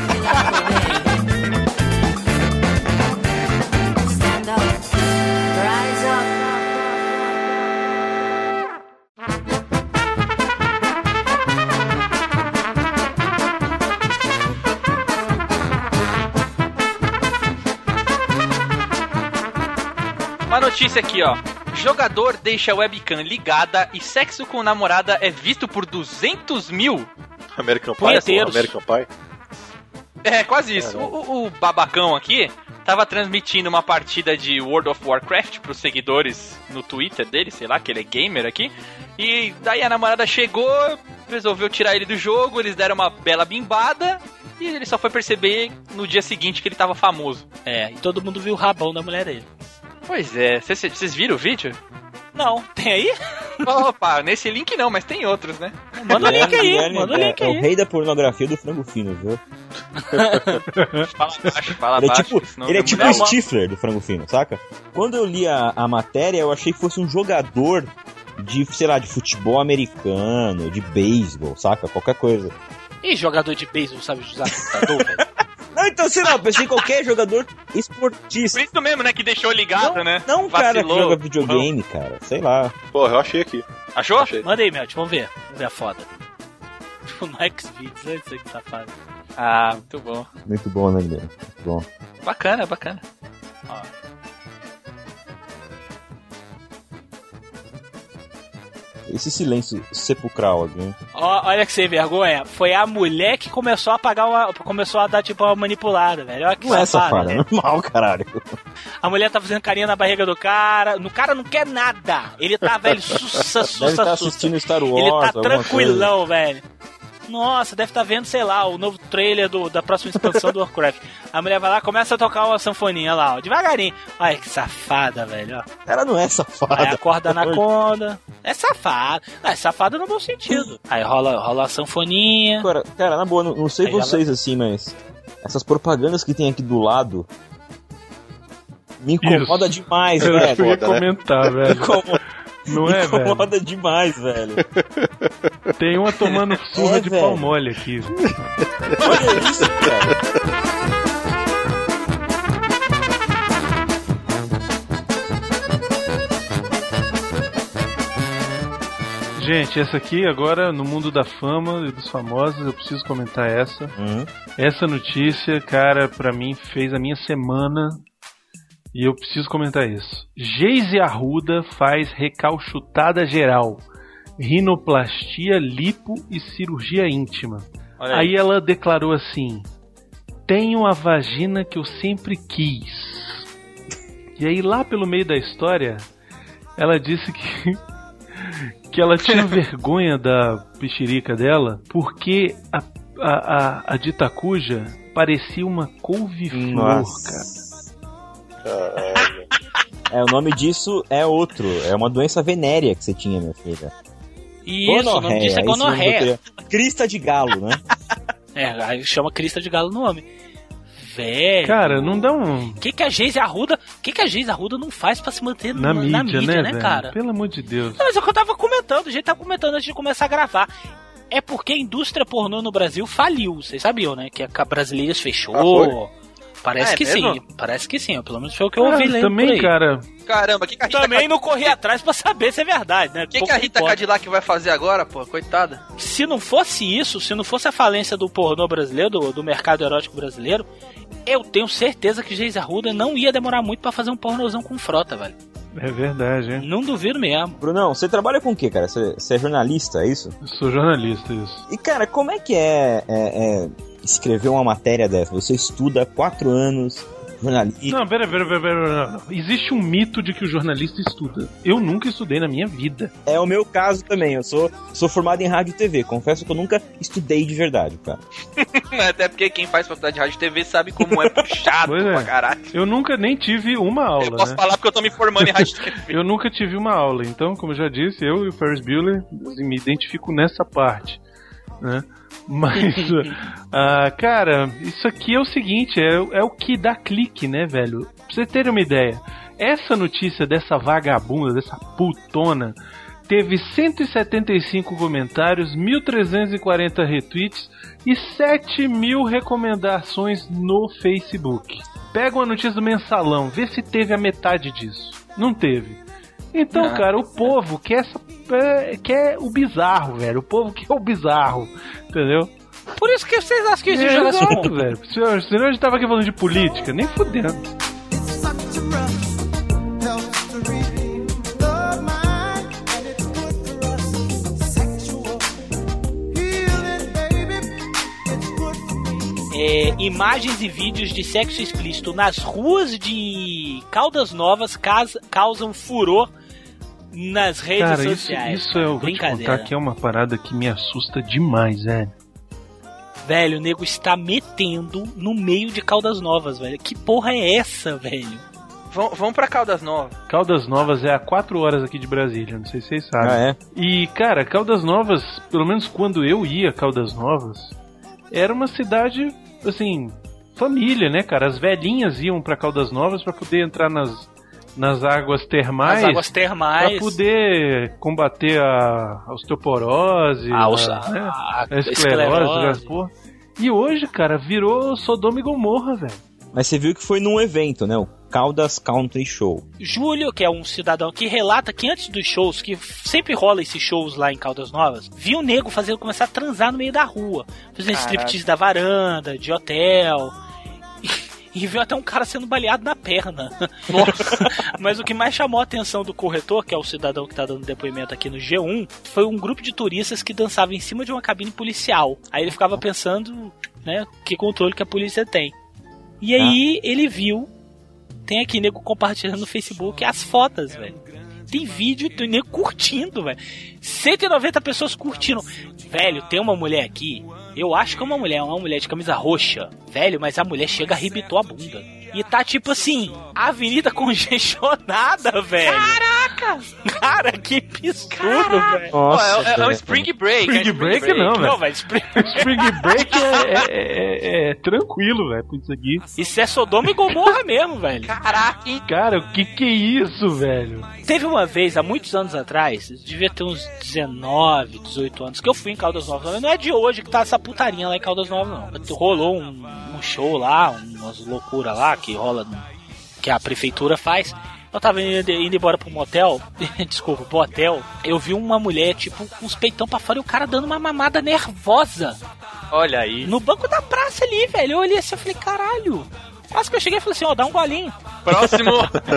Stand up, rise up. Uma notícia aqui, ó. Jogador deixa a webcam ligada e sexo com namorada é visto por duzentos mil. American Pie? Punheteiros. American Pie? É, quase isso. É, o, o- o babacão aqui tava transmitindo uma partida de World of Warcraft pros seguidores no Twitter dele, sei lá, que ele é gamer aqui. E daí a namorada chegou, resolveu tirar ele do jogo, eles deram uma bela bimbada e ele só foi perceber no dia seguinte que ele tava famoso. É, e todo mundo viu o rabão da mulher dele. Pois é, vocês viram o vídeo? Não, tem aí? Opa, nesse link não, mas tem outros, né? Manda o link aí, É, manda o é, link é o aí. rei da pornografia do frango fino, viu? Fala baixo, fala Ele é baixo. tipo, senão ele é não tipo dá o uma- Stifler do frango fino, saca? Quando eu li a, a matéria, eu achei que fosse um jogador de, sei lá, de futebol americano, de beisebol, saca? Qualquer coisa. Ih, jogador de beisebol sabe usar computador, velho? Não, então, sei lá, eu pensei em qualquer jogador esportista. Por isso mesmo, né, que deixou ligado, Não, né? não um cara que Vacilou. joga videogame, cara. Sei lá. Porra, eu achei aqui. Achou? Achei. Manda aí, Melt, vamos ver. Vamos ver a foda. No Xvideos, olha isso aí que safado. Ah, muito bom. Muito bom, né, Guilherme? Muito bom. Bacana, bacana. Esse silêncio sepulcral aqui, hein? Ó, olha que sem vergonha. Foi a mulher que começou a pagar uma, começou a dar tipo uma manipulada, velho. Olha que Não é safada, safada, é né? normal, caralho. A mulher tá fazendo carinha na barriga do cara. No cara não quer nada. Ele tá, velho, sussa, Deve sussa, estar sussa. assistindo Star Wars, Ele tá alguma tranquilão, velho. Nossa, deve estar vendo, sei lá, o novo trailer do, da próxima expansão do Warcraft. A mulher vai lá, começa a tocar uma sanfoninha lá, ó, devagarinho. Olha que safada, velho, ó. Ela não é safada. Aí acorda a anaconda. É safada. Não, é safada no bom sentido. Aí rola, rola a sanfoninha. Agora, cara, na boa, não, não sei Aí vocês assim, mas essas propagandas que tem aqui do lado me incomoda Isso. demais, Eu velho. ia foda, né? comentar, Me velho. incomoda, Não me é, velho? incomoda demais, velho. Tem uma tomando surra É, de velho. pau mole aqui. Olha isso, cara. Gente, essa aqui agora, no mundo da fama e dos famosos, eu preciso comentar essa. Hum. Essa notícia, cara, pra mim fez a minha semana e eu preciso comentar isso. Geise Arruda faz recalchutada geral, rinoplastia, lipo e cirurgia íntima. Olha aí. Aí ela declarou assim: tenho a vagina que eu sempre quis. E aí lá pelo meio da história, ela disse que que ela tinha vergonha da pixirica dela porque a, a, a, a dita cuja parecia uma couve-flor, cara. Caralho. É, o nome disso é outro. É uma doença venérea que você tinha, minha filha. Isso, o nome disso é esse nome gonorreia. doutoria. Crista de galo, né? É, aí chama crista de galo no nome. Velho. Cara, não dá um... O que, que a Geise Arruda. O que, que a Geise Arruda não faz pra se manter Na, na, mídia, na mídia, né, né, velho? cara? Pelo amor de Deus. Não, mas é o que eu tava comentando, a gente tava comentando antes de começar a gravar. É porque a indústria pornô no Brasil faliu, vocês sabiam, né? Que a Brasileiras fechou. Ah, foi? Parece Ah, é que mesmo? sim, parece que sim, pelo menos foi o que eu Ah, ouvi lendo por também, aí. cara, Caramba, o que, que a Rita Também Cad- não corri atrás pra saber se é verdade, né? O que, Pouco que a Rita importa. Cadillac vai fazer agora, pô? Coitada. Se não fosse isso, se não fosse a falência do pornô brasileiro, do, do mercado erótico brasileiro, eu tenho certeza que Geise Arruda não ia demorar muito pra fazer um pornozão com frota, velho. é verdade, hein? Não duvido mesmo. Brunão, você trabalha com o quê, cara? Você, você é jornalista, é isso? Eu sou jornalista, isso. E, cara, como é que é, é, é escrever uma matéria dessa? Você estuda há quatro anos, jornalista... Não, pera, pera, pera, pera, não. Existe um mito de que o jornalista estuda. Eu nunca estudei na minha vida. É o meu caso também, eu sou, sou formado em rádio e T V. Confesso que eu nunca estudei de verdade, cara. Até porque quem faz faculdade de rádio e T V sabe como é puxado Pois é. pra caralho. Eu nunca nem tive uma aula, Eu posso né? falar porque eu tô me formando em rádio e T V. Eu nunca tive uma aula, então, como eu já disse, eu e o Ferris Bueller assim, me identifico nessa parte, né? Mas, ah, cara, isso aqui é o seguinte, é, é o que dá clique, né, velho? Pra vocês terem uma ideia, essa notícia dessa vagabunda, dessa putona, teve cento e setenta e cinco comentários, mil trezentos e quarenta retweets e sete mil recomendações no Facebook. Pega uma notícia do Mensalão, vê se teve a metade disso. Não teve. Então, ah. cara, o povo quer, essa, quer o bizarro, velho. O povo quer o bizarro, entendeu? Por isso que vocês acham que isso é, já exato, velho. Senão a gente tava aqui falando de política, nem fudendo. É, imagens e vídeos de sexo explícito nas ruas de Caldas Novas casa, causam furor nas redes cara, sociais. Isso, isso eu vou te contar que é uma parada que me assusta demais, velho. Velho, o nego está metendo no meio de Caldas Novas, velho. Que porra é essa, velho? Vão, vamos pra Caldas Novas. Caldas Novas é a quatro horas aqui de Brasília, não sei se vocês sabem. Ah, é? E, cara, Caldas Novas, pelo menos quando eu ia a Caldas Novas, era uma cidade, assim, família, né, cara? As velhinhas iam pra Caldas Novas pra poder entrar nas, nas águas termais. As águas termais. Pra poder combater a, a osteoporose, a, a, a, né, a, a esclerose, a porra. E hoje, cara, virou Sodoma e Gomorra, velho. Mas você viu que foi num evento, né? O Caldas Country Show. Júlio, que é um cidadão que relata que antes dos shows, que sempre rola esses shows lá em Caldas Novas, viu o nego fazendo, começar a transar no meio da rua. Fazendo striptease da varanda, de hotel. E, e viu até um cara sendo baleado na perna. Mas o que mais chamou a atenção do corretor, que é o cidadão que tá dando depoimento aqui no G um, foi um grupo de turistas que dançavam em cima de uma cabine policial. Aí ele ficava pensando, né, que controle que a polícia tem. E aí ah. ele viu, tem aqui nego compartilhando no Facebook as fotos, velho. Tem vídeo do nego curtindo, velho. cento e noventa pessoas curtindo. Velho, tem uma mulher aqui, eu acho que é uma mulher, uma mulher de camisa roxa. Velho, mas a mulher chega, arrebitou a bunda. E tá tipo assim, avenida congestionada, velho. Caraca! Cara, que absurdo, velho. Nossa, é, é, é um Spring Break. Spring, é spring break, break não, velho. Não, velho, Spring... Spring Break é, é, é, é tranquilo, velho, com isso aqui. Isso é Sodoma e Gomorra mesmo, velho. Caraca, hein? Cara, o que que é isso, velho? Teve uma vez, há muitos anos atrás, devia ter uns dezenove, dezoito anos, que eu fui em Caldas Novas. Não é de hoje que tá essa putarinha lá em Caldas Novas, não. Rolou um, um show lá, umas loucuras lá, que rola, que a prefeitura faz. Eu tava indo, indo embora pro motel, desculpa, pro hotel, eu vi uma mulher, tipo, com os peitão pra fora e o cara dando uma mamada nervosa. Olha aí. No banco da praça ali, velho. Eu olhei assim, eu falei, caralho. Quase que eu cheguei e falei assim, ó, dá um golinho. Próximo.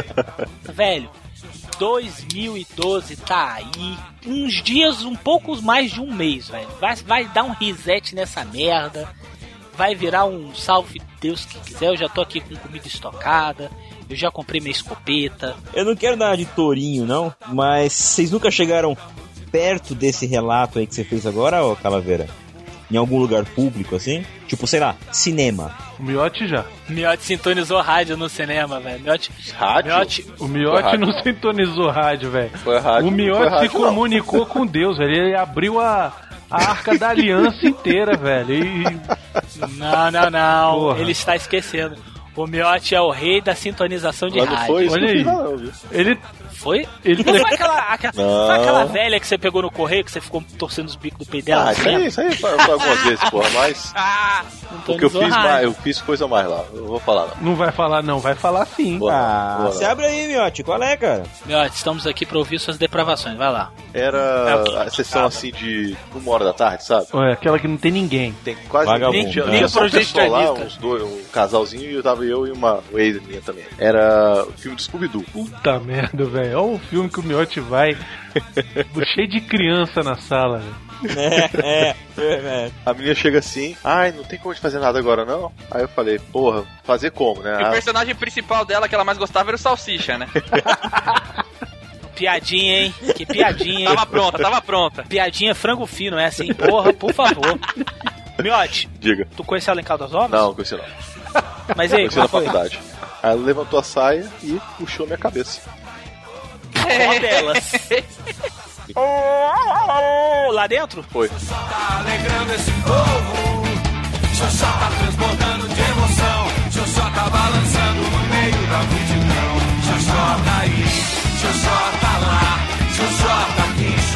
Velho, dois mil e doze tá aí. Uns dias, um pouco mais de um mês, velho. Vai, vai dar um reset nessa merda. Vai virar um salve Deus que quiser. Eu já tô aqui com comida estocada. Eu já comprei minha escopeta. Eu não quero dar de tourinho, não. Mas vocês nunca chegaram perto desse relato aí que você fez agora, ô Calaveira? Em algum lugar público, assim? Tipo, sei lá, cinema. O Miotti já. O Miotti sintonizou rádio no cinema, velho. Miotti... Rádio? Miotti... O Miotti não sintonizou rádio, velho. Foi rádio. O Miotti rádio, se comunicou não. com Deus, velho. Ele abriu a... a arca da aliança inteira, velho. E... Não, não, não. Porra. Ele está esquecendo. O Miotti é o rei da sintonização de Mas não rádio. foi isso, olha aí. Não, viu? Ele... Foi? Ele... Não foi aquela, aquela, Não. foi aquela velha que você pegou no correio, que você ficou torcendo os bicos do peito dela? Ah, isso aí, isso aí foi, foi algumas vezes, porra, mas... Ah, Porque eu fiz, mais, eu fiz coisa mais lá, eu vou falar não. Não vai falar não, vai falar sim. Boa, Ah, boa, você abre aí, Miotti. Qual é, cara? Miotti, estamos aqui pra ouvir suas depravações, vai lá. Era a sessão assim de uma hora da tarde, sabe? É, aquela que não tem ninguém. Tem quase Vagabundo. ninguém. Tinha, Nem tinha só um pessoal lá, projecionista. uns dois, um casalzinho, e eu tava eu e uma ex minha também. Era o filme do Scooby-Doo. Puta merda, velho. Olha o filme que o Miotti vai. Cheio de criança na sala, velho. É, é, é. A menina chega assim, ai, não tem como de fazer nada agora não? Aí eu falei, porra, fazer como, né? E o Ah, personagem principal dela, que ela mais gostava, era o Salsicha, né? Piadinha, hein? Que piadinha, hein? Tava pronta, tava pronta. Piadinha frango fino essa, hein? Porra, por favor. Miotti, diga. tu conheceu ela em Caldas Novas? Não, não conheci não. Mas e aí, Conheci na qual foi? faculdade. Aí ela levantou a saia e puxou minha cabeça. Qual delas? Lá dentro? Foi. Tá alegrando esse povo. Xoxó tá transbordando de emoção. Xoxó tá balançando no meio da multidão. Xoxó tá aí, Xoxó tá lá, Xoxó tá aqui,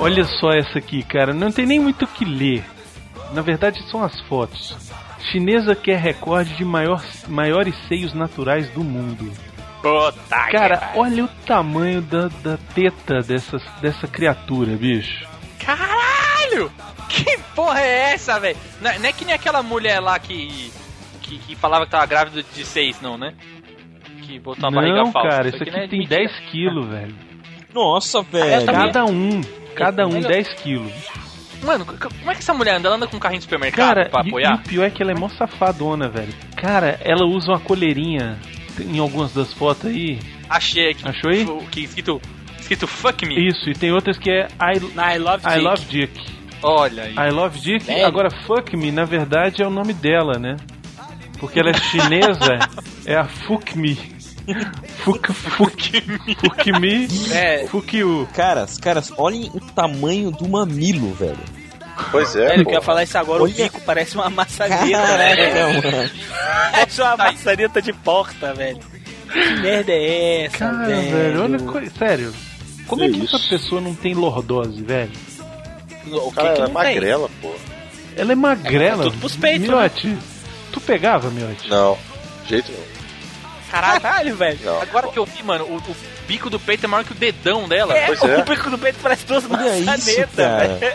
Olha só essa aqui, cara. Não tem nem muito o que ler. Na verdade, são as fotos. Chinesa quer recorde de maior, maiores seios naturais do mundo. Puta Cara, que- olha o tamanho da, da teta dessa, dessa criatura, bicho. Caralho! Que porra é essa, velho? Não, não é que nem aquela mulher lá que, que, que falava que tava grávida de seis, não, né? Que botou uma barriga Não, falsa. cara, isso aqui não é tem mentira. dez quilos, velho. Nossa, velho. Cada um, cada um dez quilos. Mano, c- como é que essa mulher anda? Ela anda com um carrinho de supermercado Cara, pra e, e apoiar? o pior é que ela é mó safadona, velho. Cara, ela usa uma coleirinha em algumas das fotos aí. Achei aqui. Achou aí? O que escrito, escrito fuck me. Isso, e tem outras que é I, I love I Dick. love Dick. Olha aí. I love Dick. Velho. Agora, fuck me, na verdade, é o nome dela, né? Porque ela é chinesa, é a fuck me. Fuck, fuck, fuck me, É. fuck you. Caras, caras, olhem o tamanho do mamilo, velho. Pois é, Velho, pô. eu ia falar isso agora, Olha- o bico parece uma maçaneta, Caraca, velho. mano. Parece uma maçaneta de porta, velho. Que merda é essa, Cara, velho? velho, olha co... Sério. Como é que isso? essa pessoa não tem lordose, velho? O O cara que que é não magrela, pô. Ela é magrela. É tudo pros peitos, Miote, tu pegava, Miote? Não, de jeito nenhum. Caralho. Caralho, velho. Não. Agora que eu vi, mano, o, o bico do peito é maior que o dedão dela. É, Pois é. o bico do peito parece duas Olha isso, maçanetas, cara. velho.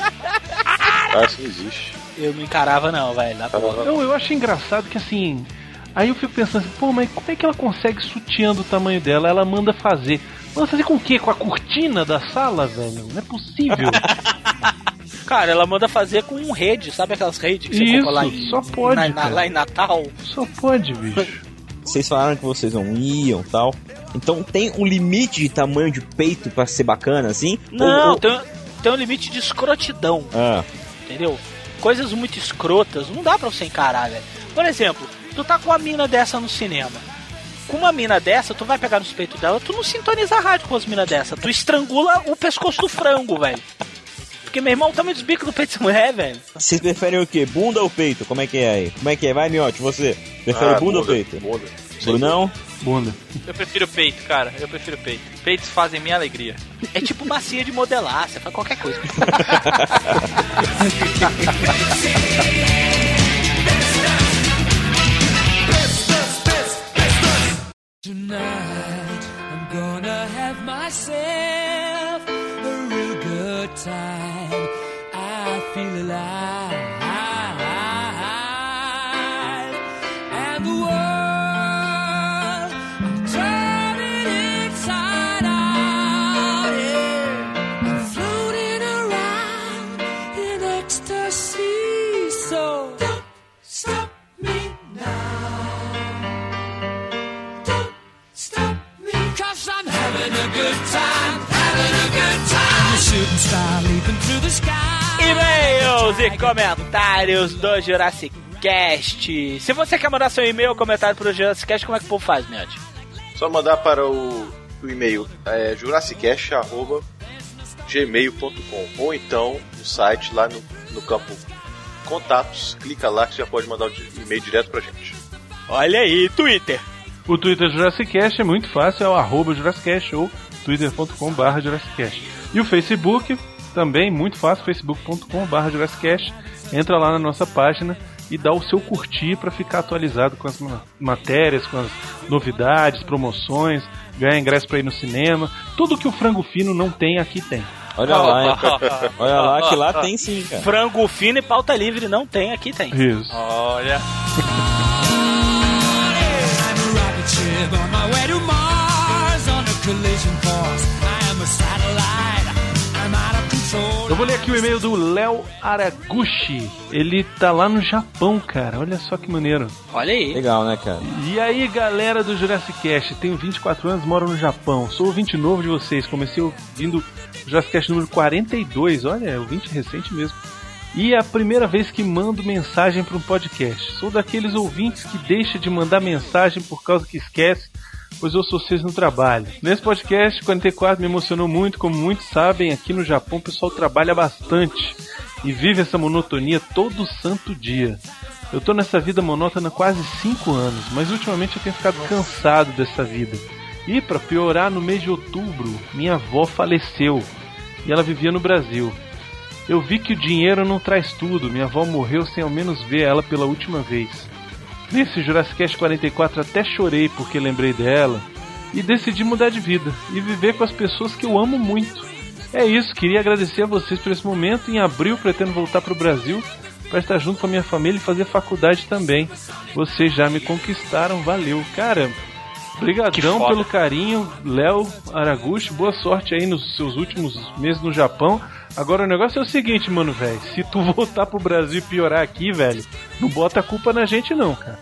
Ah, isso não existe. Eu não encarava não, velho. na boa. Eu, eu acho engraçado que assim. Aí eu fico pensando assim, pô, mas como é que ela consegue sutiando o tamanho dela? Ela manda fazer. Manda fazer com o quê? Com a cortina da sala, velho? Não é possível. Cara, ela manda fazer com um rede, sabe aquelas redes que você Isso, compra lá em, só pode, na- na- cara. lá em Natal? Só pode, bicho. Vocês falaram que vocês não iam e tal. Então tem um limite de tamanho de peito pra ser bacana, assim? Não, Ou- ou- tem, tem um limite de escrotidão, Ah, entendeu? Coisas muito escrotas, não dá pra você encarar, velho. Por exemplo, tu tá com uma mina dessa no cinema. Com uma mina dessa, tu vai pegar nos peitos dela, tu não sintoniza a rádio com as minas dessa. Tu estrangula o pescoço do frango, velho. Porque, meu irmão, o tamanho dos bicos do peito dessa mulher, velho. vocês preferem o quê? Bunda ou peito? Como é que é aí? Como é que é? Vai, Miote, você. Prefere Ah, bunda ou peito? Bunda. Sem Brunão? Bunda. Eu prefiro peito, cara. Eu prefiro peito. Peitos fazem minha alegria. É tipo massinha de modelar, você faz qualquer coisa. Tonight, I'm gonna have myself a real good time. I feel alive. And the world, I'm turning inside out. Yeah. I'm floating around in ecstasy. So don't stop me now. Don't stop me, 'cause I'm having a good time, having a good time. The shooting star leaping through the sky. E-mails e comentários do Jurassic Cast. Se você quer mandar seu e-mail ou comentário pro Jurassic Cast, como é que o povo faz, Miotti? Só mandar para o, o e-mail é, jurassicast arroba gmail ponto com ou então no site lá no, no campo contatos, clica lá que você já pode mandar o di- e-mail direto pra gente. Olha aí, Twitter. O Twitter Jurassicast é muito fácil, é o arroba Jurassicast ou twitter ponto com barra Jurassicast. E o Facebook também muito fácil, facebook ponto com barra Jurassicast. Entra lá na nossa página e dá o seu curtir para ficar atualizado com as ma- matérias, com as novidades, promoções, ganhar ingresso para ir no cinema. Tudo que o Frango Fino não tem, aqui tem. Olha lá, hein? Olha lá que lá tem sim, cara. Frango fino e pauta livre não tem, aqui tem. Isso. Olha. I'm a rocket ship on my way to Mars on a collision course. I am a satellite. I'm out of control. Eu vou ler aqui o e-mail do Léo Araguchi. Ele tá lá no Japão, cara. Olha só que maneiro. Olha aí. Legal, né, cara? E aí, galera do Jurassic Cast, tenho vinte e quatro anos, moro no Japão. Sou ouvinte novo de vocês. Comecei ouvindo o Jurassic Cast número quarenta e dois. Olha, é ouvinte recente mesmo. E é a primeira vez que mando mensagem para um podcast. Sou daqueles ouvintes que deixa de mandar mensagem por causa que esquece, pois eu sou vocês no trabalho. Nesse podcast, quarenta e quatro me emocionou muito. Como muitos sabem, aqui no Japão o pessoal trabalha bastante e vive essa monotonia todo santo dia. Eu tô nessa vida monótona há quase cinco anos, mas ultimamente eu tenho ficado cansado dessa vida. E para piorar, no mês de outubro, minha avó faleceu. e ela vivia no Brasil. Eu vi que o dinheiro não traz tudo, minha avó morreu sem ao menos ver ela pela última vez. Nesse Jurassic Cast quarenta e quatro até chorei porque lembrei dela e decidi mudar de vida e viver com as pessoas que eu amo muito. É isso, queria agradecer a vocês por esse momento. Em abril pretendo voltar pro Brasil para estar junto com a minha família e fazer faculdade também. Vocês já me conquistaram, valeu. Cara, brigadão pelo carinho, Léo Araguchi, boa sorte aí nos seus últimos meses no Japão. Agora o negócio é o seguinte, mano, velho, se tu voltar pro Brasil e piorar aqui, velho, não bota a culpa na gente não, cara.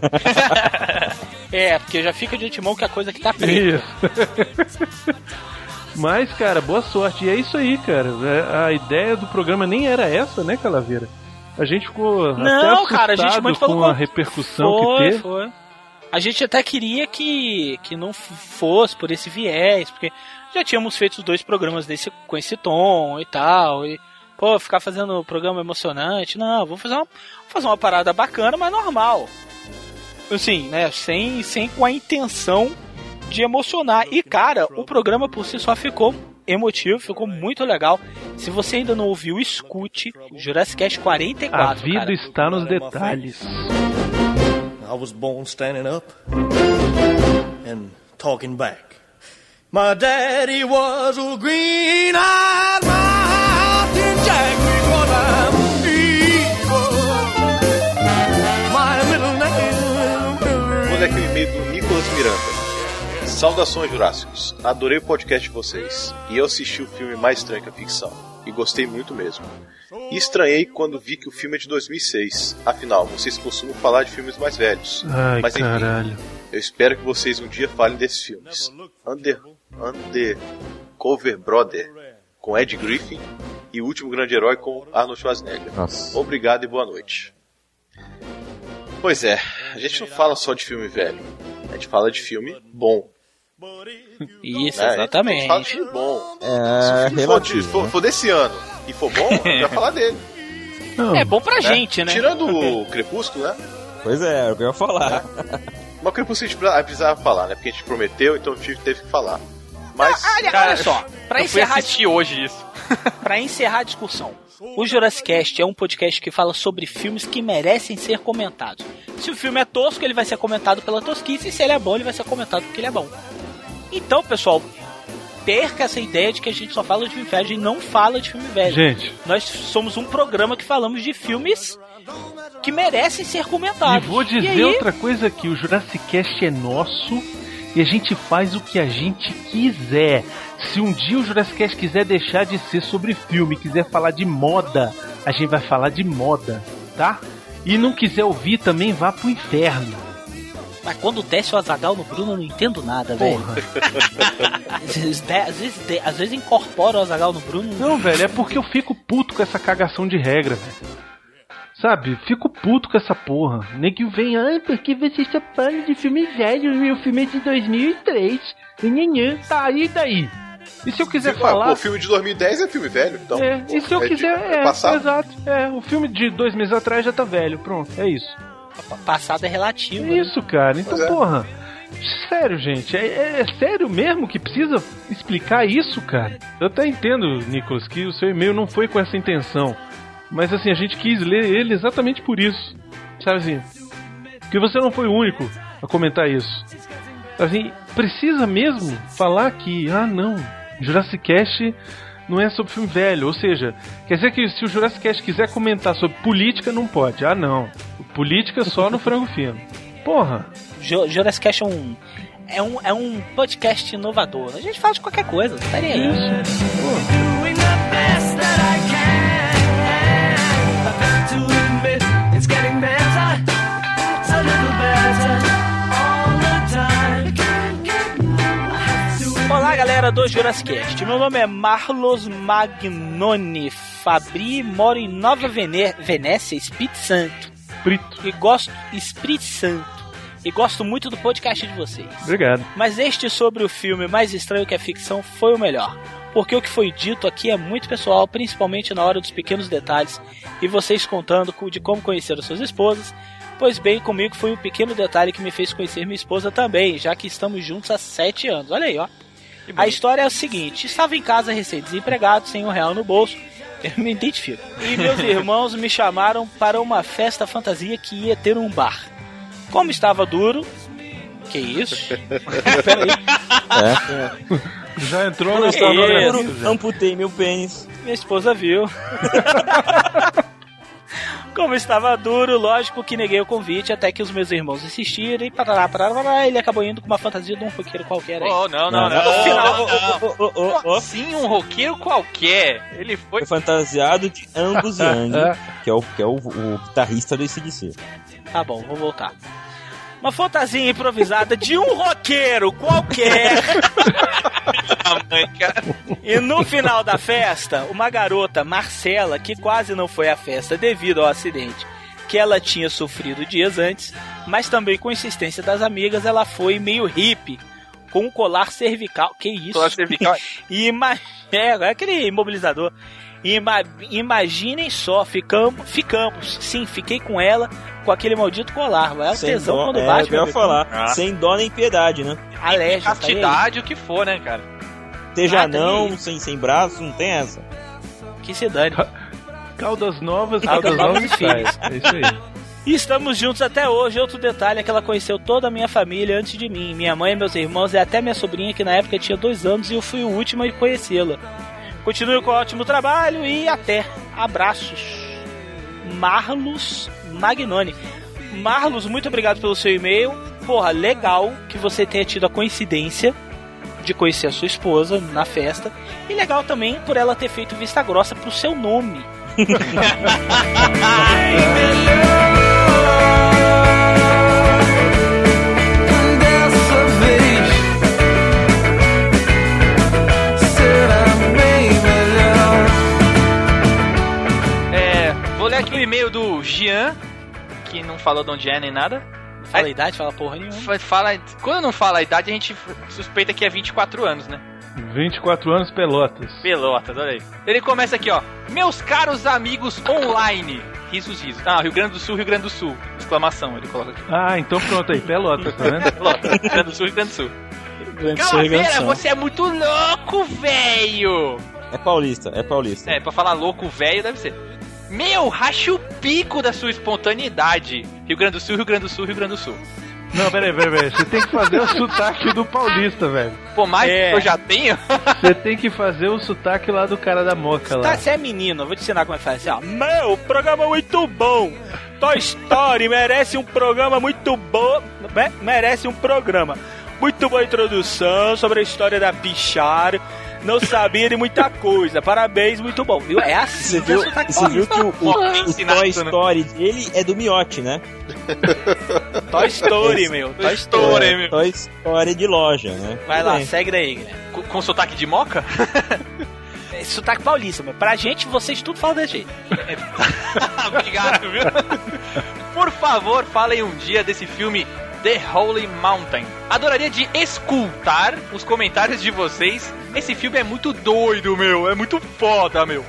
É, porque já fica de antemão que a coisa que tá preta. Isso. Mas, cara, boa sorte. E é isso aí, cara. A ideia do programa nem era essa, né, Calaveira? A gente ficou Não, até assustado cara, a gente muito com falou a repercussão foi, que teve. Foi. A gente até queria que, que não fosse por esse viés, porque já tínhamos feito os dois programas desse, com esse tom e tal. E, pô, ficar fazendo um programa emocionante. Não, vamos fazer uma, fazer uma parada bacana, mas normal. Assim, né, sem, sem com a intenção de emocionar. E, cara, o programa por si só ficou emotivo, ficou muito legal. Se você ainda não ouviu, escute o Jurassic Cast quarenta e quatro. A vida cara. está nos detalhes. I was born standing up and talking back. My daddy was a green-eyed mountain jack because I'm evil. My middle name. Vou ler aqui o e-mail do Nicolas Miranda. Saudações, Jurássicos. Adorei o podcast de vocês. E eu assisti o filme Mais Estranho que a Ficção. E gostei muito mesmo. E estranhei quando vi que o filme é de dois mil e seis. Afinal, vocês costumam falar de filmes mais velhos. Ai, mas enfim, caralho. eu espero que vocês um dia falem desses filmes. Under, Undercover Brother, com Ed Griffin, e O Último Grande Herói, com Arnold Schwarzenegger. Nossa. Obrigado e boa noite. Pois é, a gente não fala só de filme velho. A gente fala de filme bom. Isso, É, exatamente. A gente fala de filme bom. É, Se o filme for, de, relativo, for, né? for desse ano e for bom, a gente vai falar dele. Não, É bom pra gente, né? Tirando o Crepúsculo, né? Pois é, é o que eu ia falar. Mas o Crepúsculo a gente precisava- precisava falar, né? Porque a gente prometeu, então a gente teve que falar. Mas, Ah, olha, Cara, olha só, pra eu fui encerrar, assistir hoje isso. pra encerrar a discussão, o Jurassic Cast é um podcast que fala sobre filmes que merecem ser comentados. Se o filme é tosco, ele vai ser comentado pela tosquice, e se ele é bom, ele vai ser comentado porque ele é bom. Então, pessoal, perca essa ideia de que a gente só fala de filme velho e não fala de filme velho. gente, Nós somos um programa que falamos de filmes que merecem ser comentados. e vou dizer aí, outra coisa aqui, o Jurassic Cast é nosso e a gente faz o que a gente quiser. Se um dia o Jurassic Cast quiser deixar de ser sobre filme, quiser falar de moda, a gente vai falar de moda, tá? E não quiser ouvir também, vá pro inferno. Mas quando desce o Azaghal no Bruno, eu não entendo nada, velho. Porra. Às vezes, de- às, vezes, de- às vezes incorpora o Azaghal no Bruno. Não, velho, é porque eu fico puto com essa cagação de regra, velho. Sabe? Fico puto com essa porra. Nego vem, ai, porque você só fala de filme velho, meu filme é de dois mil e três. Nhanhã. Tá, e daí? E se eu quiser Sim, falar... pô, o filme de dois mil e dez é filme velho, então. É, e se eu é de- quiser... é É, passado. exato. É, o filme de dois meses atrás já tá velho, pronto, é isso. Passado é relativo. É né? isso, cara. Então, Pois é. porra... Sério, gente, é, é- é sério mesmo que precisa explicar isso, cara? Eu até entendo, Nicolas, que o seu e-mail não foi com essa intenção. Mas assim, a gente quis ler ele exatamente por isso. Sabe assim? Porque você não foi o único a comentar isso. Sabe assim, precisa mesmo falar que, ah não, Jurassic Cast não é sobre filme velho. Ou seja, quer dizer que se o Jurassic Cast quiser comentar sobre política, não pode. Ah não, política só no frango fino. Porra. Ju- Jurassic Cast é um, é um. É um podcast inovador. A gente fala de qualquer coisa, não estaria aí. Isso. Doing the best that I can. I've got to admit, it's getting better, a little better all the time. I have to Olá, galera do Jurassic Cast. Meu nome é Marlos Magnoni Fabri, moro em Nova Vene- Venécia, Espírito Santo. Brito. E gosto. Espírito Santo. E gosto muito do podcast de vocês. Obrigado. Mas este sobre o filme Mais Estranho que a Ficção foi o melhor. Porque o que foi dito aqui é muito pessoal, principalmente na hora dos pequenos detalhes, e vocês contando de como conheceram suas esposas. Pois bem, comigo foi um pequeno detalhe que me fez conhecer minha esposa também, já que estamos juntos há sete anos. Olha aí, ó. A história é a seguinte: estava em casa recém-desempregado, sem um real no bolso. Eu me identifico. E meus irmãos me chamaram para uma festa fantasia que ia ter um bar. Como estava duro... Que isso? Peraí. É. Já entrou Como na estava história. duro, amputei meu pênis. Minha esposa viu. Como estava duro, lógico que neguei o convite, até que os meus irmãos insistiram e parará, parará, parará, ele acabou indo com uma fantasia de um roqueiro qualquer aí. Oh, não, não, não. Não, No final, não, não. oh, oh, oh, oh. Sim, um roqueiro qualquer. Ele foi... Foi fantasiado de Angus Young, que é o, que é o, o guitarrista do A C D C. Tá bom, vou voltar. Uma fantasia improvisada de um roqueiro qualquer. E no final da festa, uma garota, Marcela, que quase não foi à festa devido ao acidente que ela tinha sofrido dias antes, mas também com insistência das amigas, ela foi meio hippie, com um colar cervical. Que isso? Colar cervical? E ima... é, é aquele imobilizador. Ima... Imaginem só, ficamos, ficamos. Sim, fiquei com ela com aquele maldito colar. É o Sem tesão dó, quando é, bate. eu ia falar. Ah. Sem dó nem piedade, né? Alérgico, Castidade, o que for, né, cara? Seja Ah, não, tem- sem, sem braço, não tem essa. Que se dane. Caldas novas, Caldas caldas novas novas e filhas. É isso aí. E estamos juntos até hoje. Outro detalhe é que ela conheceu toda a minha família antes de mim. Minha mãe, meus irmãos e até minha sobrinha, que na época tinha dois anos, e eu fui o último a conhecê-la. Continue com o ótimo trabalho e até. Abraços. Marlos Magnoni. Marlos, muito obrigado pelo seu e-mail. Porra, legal que você tenha tido a coincidência de conhecer a sua esposa na festa. E legal também por ela ter feito vista grossa pro seu nome. Dessa vez será bem melhor. É, vou ler aqui o e-mail do Jean, que não falou de onde é nem nada. Fala a idade, fala porra nenhuma. Fa- Fala, quando não fala a idade, a gente suspeita que é vinte e quatro anos, né? vinte e quatro anos, Pelotas. Pelotas, olha aí. Ele começa aqui, ó. Meus caros amigos online. Risos, risos. Ah, Rio Grande do Sul, Rio Grande do Sul. Exclamação, ele coloca aqui. Ah, então pronto aí, Pelotas, tá vendo? Pelotas, Rio Grande do Sul, Rio Grande do Sul. Grande Sul, Grande Calaveira, Sul. você é muito louco, velho! É paulista, é paulista. É, pra falar louco, velho, deve ser. Meu, racha o pico da sua espontaneidade. Rio Grande do Sul, Rio Grande do Sul, Rio Grande do Sul. Não, peraí, peraí, peraí. Você tem que fazer o sotaque do paulista, velho. Pô, mais É. que eu já tenho? Você tem que fazer o sotaque lá do cara da Moca lá. Tá, você é menino, eu vou te ensinar como é que faz assim, ó. Meu, programa muito bom. Toy Story merece um programa muito bom. me- Merece um programa. Muito boa introdução sobre a história da Pichar. Não sabia de muita coisa. Parabéns, muito bom. Viu? É assim. Você viu, que é sotaque você viu que o, o, Pô, o ensinado, Toy né? Story dele é do Miotti, né? Toy Story, meu. Toy Story. Story, É, meu. Toy Story de loja, né? Vai Tudo lá, bem. segue daí, Guilherme. Com, com sotaque de moca? É sotaque paulista, mas pra gente, vocês tudo falam desse jeito. Obrigado, viu? Por favor, falem um dia desse filme The Holy Mountain. Adoraria de escutar os comentários de vocês. Esse filme é muito doido, meu. É muito foda, meu.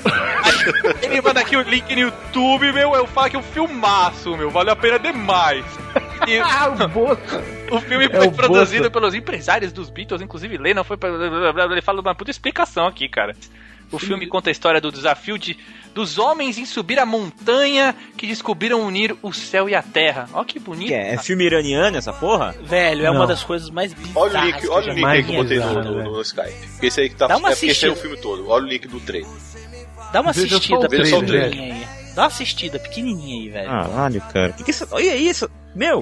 Ele manda aqui o link no YouTube, meu. Eu falo que é um filmaço, meu. Vale a pena demais. E Ah, o Boça. o filme É foi o produzido Bossa. pelos empresários dos Beatles, inclusive Lennon foi pra... Ele fala uma puta explicação aqui, cara. O filme conta a história do desafio de, dos homens em subir a montanha que descobriram unir o céu e a terra. Ó que bonito. Que é, é filme iraniano essa porra? Velho, é Não. uma das coisas mais bizarras. Olha o link, que eu olha já o link aí que eu vi. botei no, bizarro, no, velho. no Skype. Esse aí que tá Dá uma é porque esse é o assistida. filme todo. Olha o link do trailer. Dá uma Veja só assistida o trailer, pequenininha aí. Dá uma assistida pequenininha aí, velho. Caralho, cara. Que que é isso? Olha isso. Meu!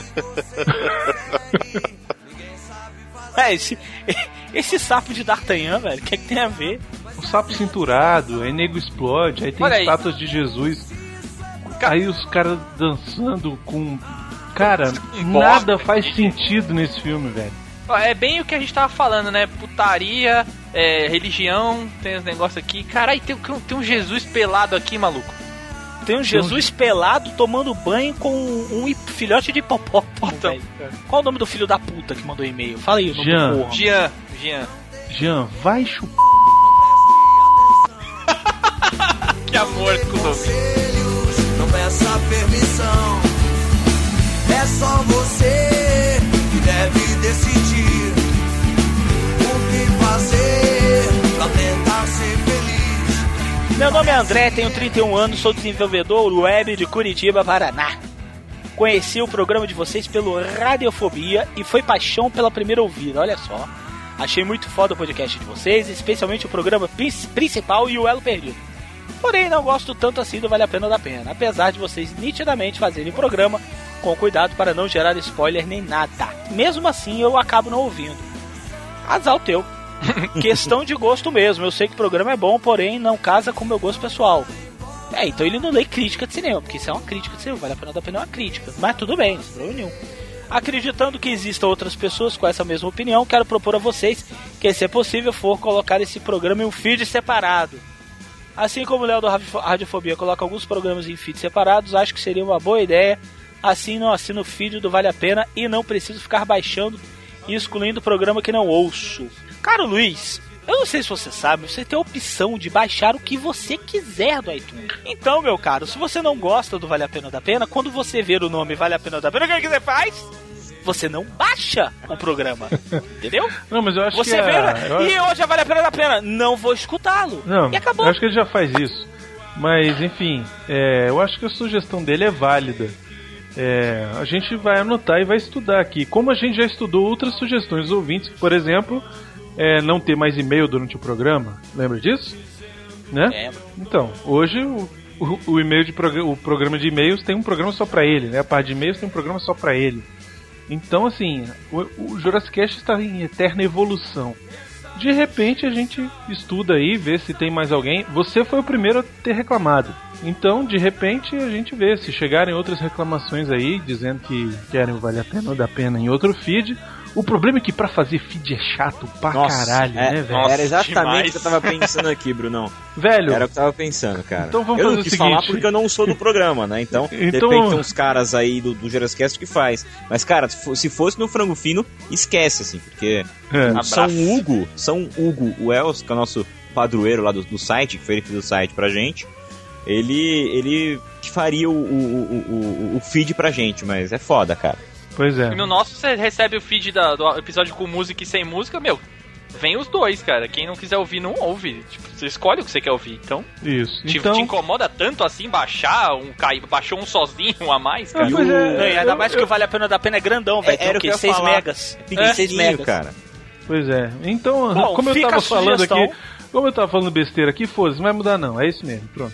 É, esse, esse sapo de D'Artagnan, velho, o que é que tem a ver? O sapo cinturado, aí nego explode, aí tem Olha aí. estátuas de Jesus. Aí os caras dançando com. Cara, Um nada bosque. faz sentido nesse filme, velho. Ó, é bem o que a gente tava falando, né? Putaria, é, religião, tem uns negócios aqui. Caralho, tem, tem um Jesus pelado aqui, maluco. Tem um Jesus pelado tomando banho com um hip- filhote de hipopótamo, Então, velho. Qual o nome do filho da puta que mandou e-mail? Fala aí o nome Jean. do porra. Jean, Jean. Jean, vai chupar. Que amor com os ouvintes. Não peça permissão. É só você que deve decidir o Meu nome é André, tenho trinta e um anos, sou desenvolvedor web de Curitiba, Paraná. Conheci o programa de vocês pelo Radiofobia e foi paixão pela primeira ouvida, olha só. Achei muito foda o podcast de vocês, especialmente o programa principal e o Elo Perdido. Porém, não gosto tanto assim do Vale a Pena ou da Pena, apesar de vocês nitidamente fazerem o programa com cuidado para não gerar spoiler nem nada. Mesmo assim, eu acabo não ouvindo. Azar o teu. Questão de gosto mesmo, eu sei que o programa é bom, porém não casa com o meu gosto pessoal. É, então ele não lê crítica de cinema, porque isso é uma crítica de cinema, Vale a Pena ou da Pena é uma crítica. Mas tudo bem, não tem problema nenhum. Acreditando que existam outras pessoas com essa mesma opinião, quero propor a vocês que, se é possível, for colocar esse programa em um feed separado. Assim como o Léo do Radiofobia coloca alguns programas em feeds separados, acho que seria uma boa ideia. Assim não assino o feed do Vale a Pena e não preciso ficar baixando e excluindo o programa que não ouço. Caro Luiz, eu não sei se você sabe, você tem a opção de baixar o que você quiser do iTunes. Então, meu caro, se você não gosta do Vale a Pena ou da Pena, quando você ver o nome Vale a Pena ou da Pena, o que você faz? Você não baixa o programa, entendeu? Não, mas eu acho você que... Vê, é, eu e acho... hoje é Vale a Pena ou da Pena, não vou escutá-lo. Não, e acabou. Eu acho que ele já faz isso. Mas, enfim, é, eu acho que a sugestão dele é válida. É, a gente vai anotar e vai estudar aqui. Como a gente já estudou outras sugestões dos ouvintes, por exemplo, é, não ter mais e-mail durante o programa. Lembra disso? Né? É. Então, hoje o, o, o e-mail de prog- o programa de e-mails tem um programa só pra ele, né? A parte de e-mails tem um programa só pra ele. Então, assim, o, o Jurassic Cast está em eterna evolução. De repente a gente estuda aí, vê se tem mais alguém. Você foi o primeiro a ter reclamado. Então, de repente, a gente vê. Se chegarem outras reclamações aí, dizendo que querem o Vale a Pena ou da Pena em outro feed. O problema é que pra fazer feed é chato pra Nossa, caralho, é, né, velho? Era exatamente demais. o que eu tava pensando aqui, Brunão. Velho, Era o que eu tava pensando, cara. Então vamos eu fazer não o quis seguinte. falar porque eu não sou do programa, né? Então, de Então- repente tem uns caras aí do, do Jurassic Cast que faz. Mas, cara, se fo- se fosse no Frango Fino, esquece, assim, porque É. o São Hugo, São Hugo Wells, que é o nosso padroeiro lá do, do site, que foi ele que fez o site pra gente, ele, ele que faria o, o, o, o, o feed pra gente, mas é foda, cara. Pois é. E no nosso você recebe o feed da- do episódio com música e sem música, meu. Vem os dois, cara. Quem não quiser ouvir, não ouve. Tipo, você escolhe o que você quer ouvir. Então, Isso. te, Então, te incomoda tanto assim baixar um cai, baixou um sozinho um a mais, Ah, cara? pois é, Não, e ainda eu- mais que eu- o Vale a Pena ou da Pena é grandão, velho. É, Tem era o o que quê? eu ia seis falar. megas. Pequenininho, seis megas. cara. Pois é. Então, Bom, como eu fica tava a falando sugestão. aqui, como eu tava falando besteira aqui, foda-se, não vai mudar não. É isso mesmo, pronto.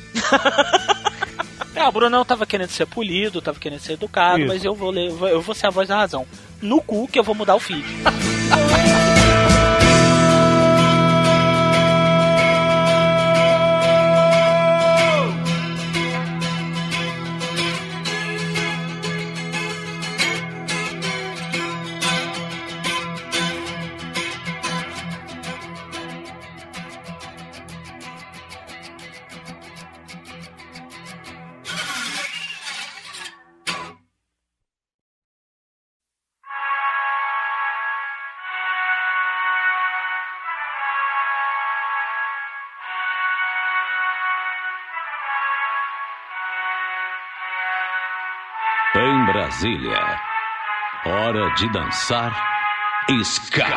É, o Brunão tava querendo ser polido, tava querendo ser educado, Isso. mas eu vou ler, eu vou- eu vou ser a voz da razão. No cu que eu vou mudar o feed. Em Brasília, hora de dançar ska.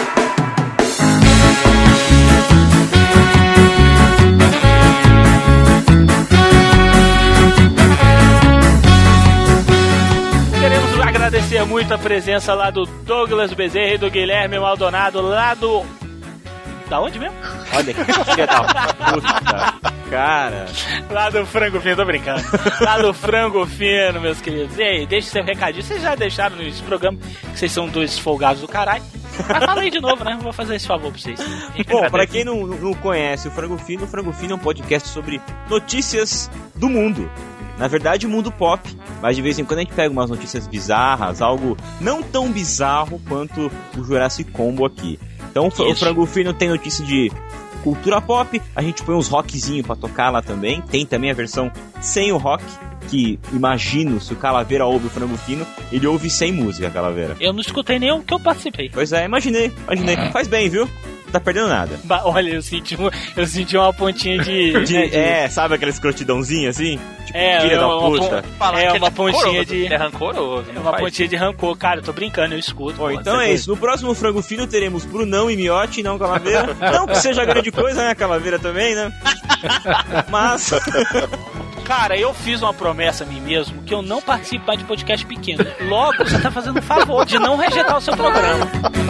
Queremos agradecer muito a presença lá do Douglas Bezerra e do Guilherme Maldonado, lá do... Da onde mesmo? Olha que filha da puta. Cara. Lá do Frango Fino, tô brincando. Lá do Frango Fino, meus queridos. E aí, deixa seu recadinho. Vocês já deixaram nesse programa que vocês são dois folgados do caralho. Mas fala aí de novo, né? Vou fazer esse favor pra vocês. Bom, pra quem não, não conhece o Frango Fino, o Frango Fino é um podcast sobre notícias do mundo. Na verdade, o mundo pop, mas de vez em quando a gente pega umas notícias bizarras, algo não tão bizarro quanto o Jurassic Combo aqui. Então o Isso. Frango Fino tem notícia de cultura pop, a gente põe uns rockzinhos pra tocar lá também. Tem também a versão sem o rock, que imagino, se o Calaveira ouve o Frango Fino, ele ouve sem música, Calaveira. Eu não escutei nenhum que eu participei. Pois é, imaginei, imaginei. Faz bem, viu? tá perdendo nada. Ba- Olha, eu senti, um- eu senti uma pontinha de... De- né, de- É, sabe aquela escrotidãozinha assim? Tipo, É, filha é da uma puta. pon- Fala é que ele uma pontinha rancoroso, de... ele é rancoroso. É não uma faz pontinha de rancor. Cara, eu tô brincando, eu escuto. Bom, pô, então você é doido. isso. No próximo Frango Fino teremos Brunão e Miotti, não Calaveira. Não que seja grande coisa, né? Calaveira também, né? Mas... Cara, eu fiz uma promessa a mim mesmo que eu não participo mais de podcast pequeno. Logo, você tá fazendo um favor de não rejeitar o seu programa.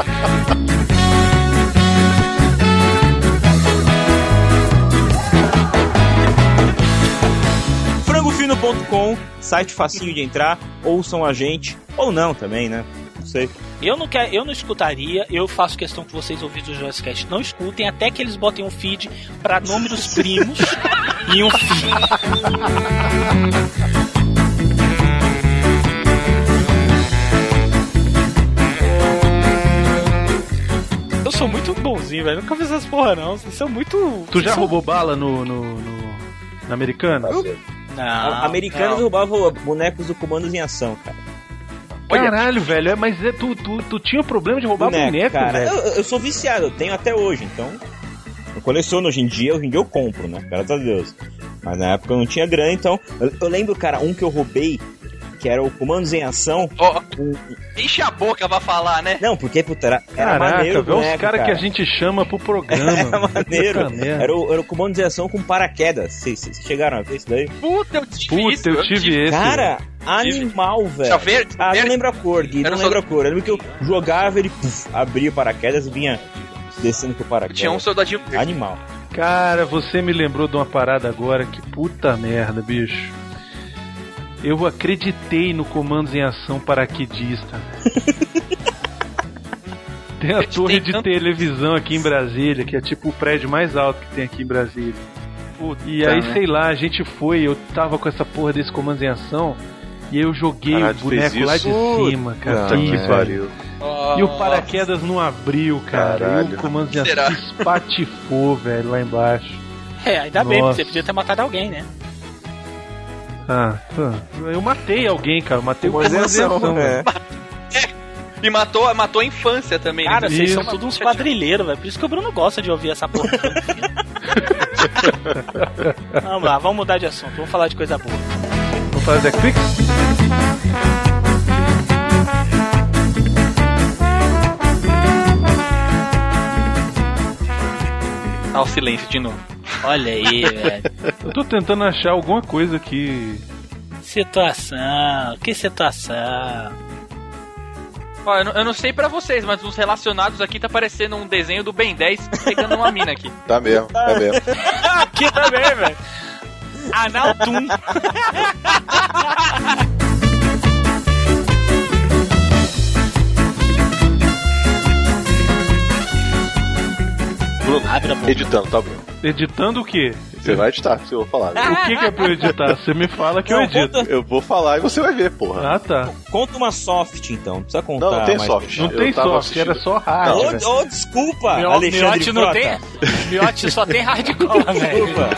frangofino ponto com, site facinho de entrar. Ouçam a gente. Ou não também, né? Não sei. Eu não, quero, eu não escutaria, eu faço questão que vocês ouvintes do Jurassic Cast não escutem, até que eles botem um feed pra nome dos primos e um feed. Eu sou muito bonzinho, velho. Nunca fiz essas porra, não. Vocês são muito. Tu já são... roubou bala no, no, no, no americano? Não, A- Americanos não. roubavam bonecos do Comandos em Ação, cara. Caralho, velho, é, mas é, tu, tu, tu tinha problema de roubar boneco, cara. velho. Eu, eu sou viciado, eu tenho até hoje, então. Eu coleciono hoje em dia, hoje em dia eu compro, né? Graças a Deus. Mas na época eu não tinha grana, então. Eu, eu lembro, cara, um que eu roubei, que era o Comandos em Ação. Ó, um- enche a boca pra falar, né? Não, porque, puta, era, era Caraca, maneiro. o velho, os boneco, caras que cara. a gente chama pro programa. Era maneiro. Puta merda. Era o, era o Comandos em Ação com paraquedas. Vocês vocês chegaram a ver isso daí? Puta, eu tive Puta, isso. eu tive esse. Cara, animal, velho. Tinha verde, Ah, verde. não lembro a cor, Gui, Era não só- lembro a cor. Eu lembro que eu jogava, ele puf, abria o paraquedas e vinha descendo com o paraquedas. Tinha um soldadinho verde. Animal. Cara, você me lembrou de uma parada agora, que puta merda, bicho. Eu acreditei no Comandos em Ação paraquedista. Tem a torre de televisão aqui em Brasília, que é tipo o prédio mais alto que tem aqui em Brasília. E aí, né? sei lá, a gente foi, eu tava com essa porra desse Comandos em Ação, e aí eu joguei Caralho, o boneco fez lá isso? de cima, cara. Puta que Fiz, pariu. velho. E o paraquedas não abriu, cara. Caralho. E o Comandos em Será? Ação se espatifou, velho, lá embaixo. É, ainda bem, Nossa. você podia ter matado alguém, né? Ah, tá. Eu matei alguém, cara. Eu matei o Comandos em Comandos em Ação, Ação, é. velho. E matou, matou a infância também, Cara, né? vocês Isso. são todos uns quadrilheiros, velho. Por isso que o Bruno gosta de ouvir essa porra. Vamos lá, vamos mudar de assunto. Vamos falar de coisa boa. Vamos fazer quick? Ah, o silêncio de novo. Olha aí, velho. Eu tô tentando achar alguma coisa aqui. Situação, que situação. Ó, eu não, eu não sei pra vocês, mas nos relacionados aqui tá parecendo um desenho do Ben dez pegando uma mina aqui. Tá mesmo, tá mesmo. Aqui também, velho. Analtum. Bruno, Abre a boca. editando, tá, Bruno? Editando o quê? Você vai editar, se eu vou falar. O que, que é pra eu editar? Você me fala que Não, eu edito. conta- Eu vou falar e você vai ver, porra. Ah, tá. Conta uma soft, então. Não precisa contar. Não, não tem mais- soft. Não Eu tem tava soft, assistindo. era só hard. Não, Ô, velho. ô, desculpa, Mio- Alexandre Miotti não Frota. tem. Miotti só tem hardcore, velho. Desculpa.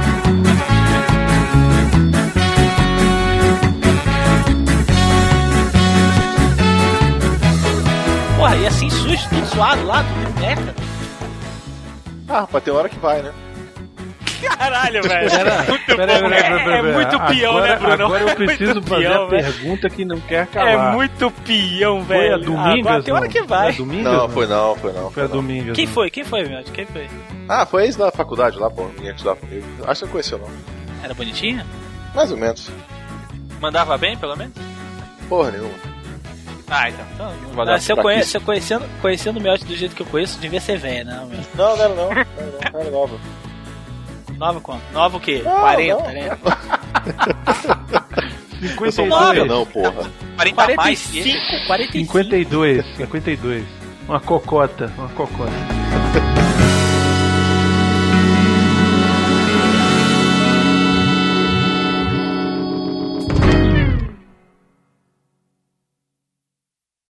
Porra, e assim sujo, tudo suado lá, tudo meca. Ah, rapaz, tem hora que vai, né? Caralho, velho. Pera, Muito pera, bom. pera, pera, É- pera, é muito pera. peão, agora, né, Bruno? Agora eu É muito preciso fazer peão, a velho. pergunta que não quer acabar. É muito peão, velho. Foi a Domingas? Agora tem hora não? que vai. Foi a Domingas, Não, foi não, foi não. Foi a não. Domingas. Quem não. foi? Quem foi, Miotti? Quem foi? Ah, foi ex da faculdade lá, pô. Ninguém estudava comigo. Acho que você não conheceu, não. Era bonitinha? Mais ou menos. Mandava bem, pelo menos? Porra nenhuma. Ah, então. então não Ah, valeu. se eu, pra conhe- isso. se eu conhecendo, conhecendo o Miotti do jeito que eu conheço, devia ser velha, não, meu. Não, não era não. Não era não, não era nova. Nova quanto? Nova o quê? Não, quarenta, não. né? Eu sou cinquenta e nova, dois. não, porra. quarenta mais que ele. quarenta e cinco, quarenta e cinco. cinquenta e dois, cinquenta e dois. Uma cocota, uma cocota.